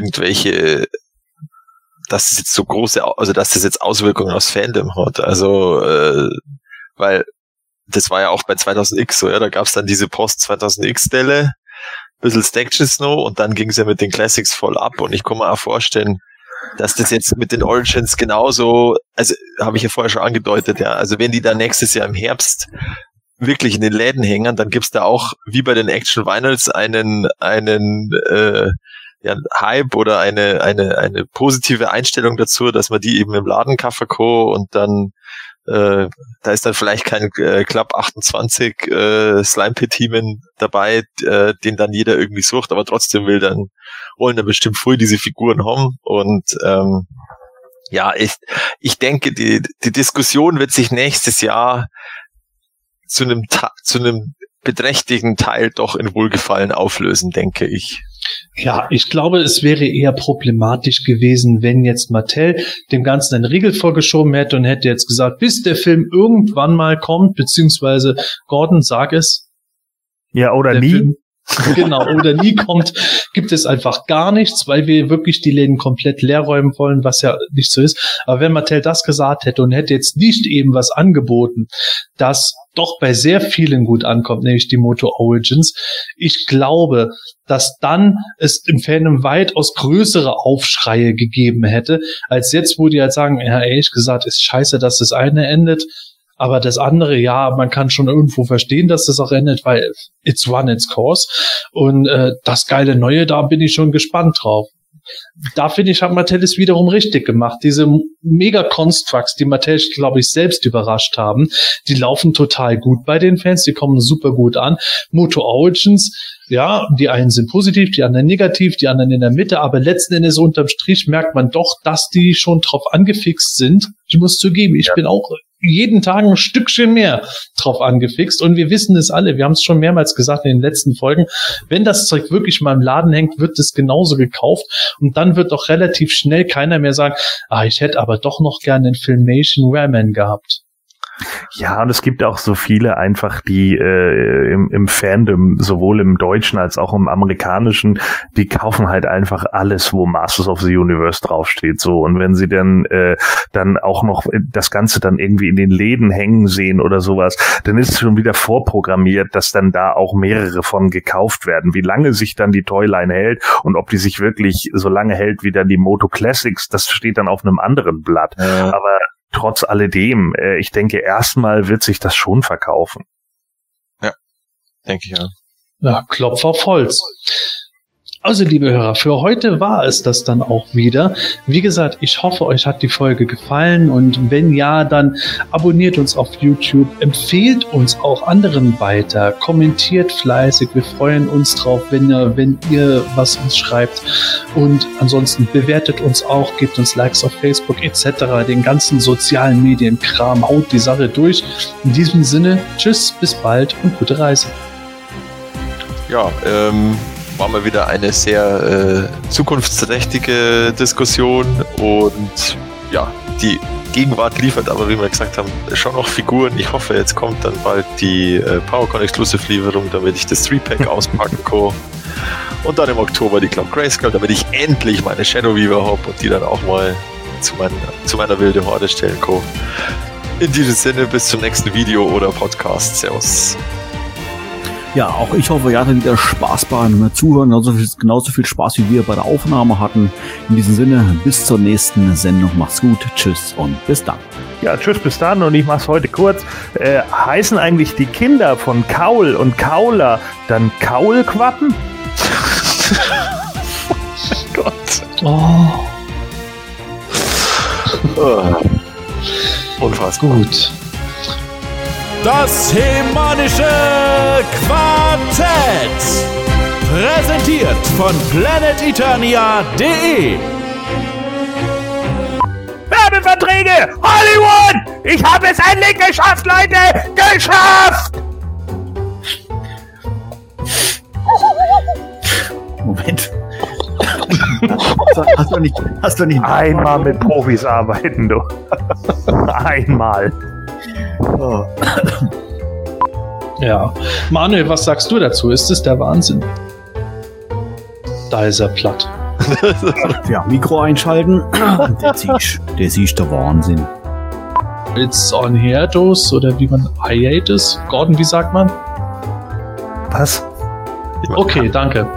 dass es jetzt so große, also dass das jetzt Auswirkungen aufs Fandom hat. Also, weil das war ja auch bei 2000X so, ja, da gab's dann diese Post-2000X-Stelle, bisschen Stactions noch und dann ging's ja mit den Classics voll ab und ich kann mir auch vorstellen, dass das jetzt mit den Origins genauso, also habe ich ja vorher schon angedeutet, ja, also wenn die dann nächstes Jahr im Herbst wirklich in den Läden hängen, dann gibt's da auch, wie bei den Action Vinyls, einen Hype oder eine positive Einstellung dazu, dass man die eben im Laden kaufen kann und dann da ist dann vielleicht kein Club 28 Slime Pit Team dabei, den dann jeder irgendwie sucht, aber trotzdem wollen dann bestimmt früh diese Figuren haben und ich denke, die Diskussion wird sich nächstes Jahr zu einem beträchtlichen Teil doch in Wohlgefallen auflösen, denke ich. Ja, ich glaube, es wäre eher problematisch gewesen, wenn jetzt Mattel dem Ganzen einen Riegel vorgeschoben hätte und hätte jetzt gesagt, bis der Film irgendwann mal kommt, beziehungsweise Gordon, sag es. Ja, oder nie. Film, genau, oder nie kommt, gibt es einfach gar nichts, weil wir wirklich die Läden komplett leer räumen wollen, was ja nicht so ist. Aber wenn Mattel das gesagt hätte und hätte jetzt nicht eben was angeboten, das doch bei sehr vielen gut ankommt, nämlich die Moto Origins, ich glaube, dass dann es im Fandom weitaus größere Aufschreie gegeben hätte, als jetzt, wo die halt sagen, ja, ehrlich gesagt, ist scheiße, dass das eine endet, aber das andere, ja, man kann schon irgendwo verstehen, dass das auch endet, weil it's run its course. Und das geile Neue, da bin ich schon gespannt drauf. Da finde ich, hat Mattel es wiederum richtig gemacht. Diese Mega-Constructs, die Mattel, glaube ich, selbst überrascht haben, die laufen total gut bei den Fans, die kommen super gut an. Moto Origins, ja, die einen sind positiv, die anderen negativ, die anderen in der Mitte, aber letzten Endes unterm Strich merkt man doch, dass die schon drauf angefixt sind. Ich muss zugeben, ich bin auch jeden Tag ein Stückchen mehr drauf angefixt und wir wissen es alle, wir haben es schon mehrmals gesagt in den letzten Folgen, wenn das Zeug wirklich mal im Laden hängt, wird es genauso gekauft und dann wird doch relativ schnell keiner mehr sagen, ich hätte aber doch noch gerne einen Filmation Rayman gehabt. Ja, und es gibt auch so viele einfach, die im Fandom, sowohl im Deutschen als auch im Amerikanischen, die kaufen halt einfach alles, wo Masters of the Universe draufsteht. So, und wenn sie dann auch noch das Ganze dann irgendwie in den Läden hängen sehen oder sowas, dann ist es schon wieder vorprogrammiert, dass dann da auch mehrere von gekauft werden. Wie lange sich dann die Toyline hält und ob die sich wirklich so lange hält wie dann die Moto Classics, das steht dann auf einem anderen Blatt. Ja. Aber trotz alledem, ich denke, erstmal wird sich das schon verkaufen. Ja, denke ich ja. Ja, Klopf auf Holz. Also, liebe Hörer, für heute war es das dann auch wieder. Wie gesagt, ich hoffe, euch hat die Folge gefallen und wenn ja, dann abonniert uns auf YouTube, empfehlt uns auch anderen weiter, kommentiert fleißig, wir freuen uns drauf, wenn ihr was uns schreibt und ansonsten bewertet uns auch, gebt uns Likes auf Facebook etc., den ganzen sozialen Medienkram, haut die Sache durch. In diesem Sinne, tschüss, bis bald und gute Reise. Ja, war mal wieder eine sehr zukunftsträchtige Diskussion und ja, die Gegenwart liefert aber, wie wir gesagt haben, schon noch Figuren. Ich hoffe, jetzt kommt dann bald die PowerCon Exclusive Lieferung, damit ich das 3-Pack auspacken kann. Und dann im Oktober die Cloud Grayskull, damit ich endlich meine Shadow Weaver habe und die dann auch mal zu meiner wilde Horde stellen kann. In diesem Sinne, bis zum nächsten Video oder Podcast. Servus. Ja, auch ich hoffe, ihr hattet wieder Spaß beim Zuhören, genauso viel Spaß wie wir bei der Aufnahme hatten. In diesem Sinne, bis zur nächsten Sendung. Macht's gut, tschüss und bis dann. Ja, tschüss, bis dann und ich mach's heute kurz. Heißen eigentlich die Kinder von Kaul und Kauler dann Kaulquappen? Gott. Unfassbar. Gut. Das Hemanische Quartett. Präsentiert von PlanetEternia.de. Werbeverträge! Hollywood! Ich habe es endlich geschafft, Leute! Geschafft! Moment. Hast du nicht einmal mit Profis arbeiten, du. Einmal. Oh. Ja. Manuel, was sagst du dazu? Ist es der Wahnsinn? Da ist er platt. Ja, Mikro einschalten. Der siehst der Wahnsinn. It's on hiatus oder wie man hiatus? Gordon, wie sagt man? Was? Okay, danke.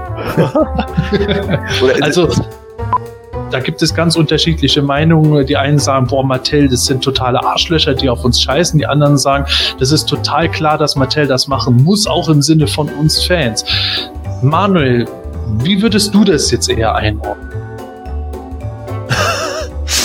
Also, da gibt es ganz unterschiedliche Meinungen. Die einen sagen, boah, Mattel, das sind totale Arschlöcher, die auf uns scheißen. Die anderen sagen, das ist total klar, dass Mattel das machen muss, auch im Sinne von uns Fans. Manuel, wie würdest du das jetzt eher einordnen?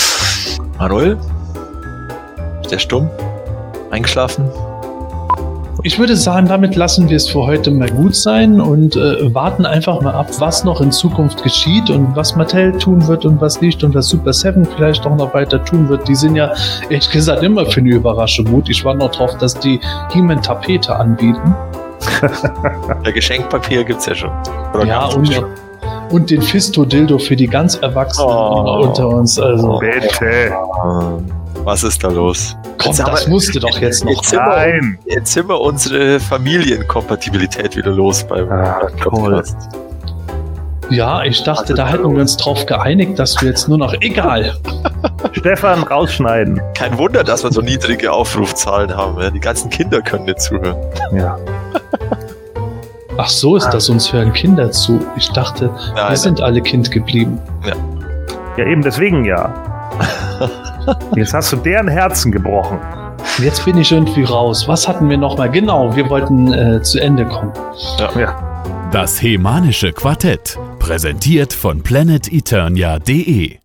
Manuel? Ist der stumm? Eingeschlafen? Ich würde sagen, damit lassen wir es für heute mal gut sein und warten einfach mal ab, was noch in Zukunft geschieht und was Mattel tun wird und was nicht und was Super 7 vielleicht auch noch weiter tun wird. Die sind ja, ehrlich gesagt, immer für eine Überraschung gut. Ich war noch drauf, dass die He-Man-Tapete anbieten. Ja, Geschenkpapier gibt's ja schon. Oder ja, und den Fisto-Dildo für die ganz Erwachsenen unter uns. Also. Bitte. Was ist da los? Komm, das musste doch jetzt noch. Jetzt sind wir unsere Familienkompatibilität wieder los beim Podcast. Ja, ich dachte, da hätten wir uns drauf geeinigt, dass wir jetzt nur noch... Egal. Stefan, rausschneiden. Kein Wunder, dass wir so niedrige Aufrufzahlen haben. Ja? Die ganzen Kinder können nicht zuhören. Ja. Ach so, ist das, uns hören Kinder zu. Ich dachte, wir sind alle Kind geblieben. Ja, eben deswegen ja. Jetzt hast du deren Herzen gebrochen. Jetzt bin ich irgendwie raus. Was hatten wir nochmal? Genau, wir wollten zu Ende kommen. Ja. Das Hemanische Quartett, präsentiert von planeteternia.de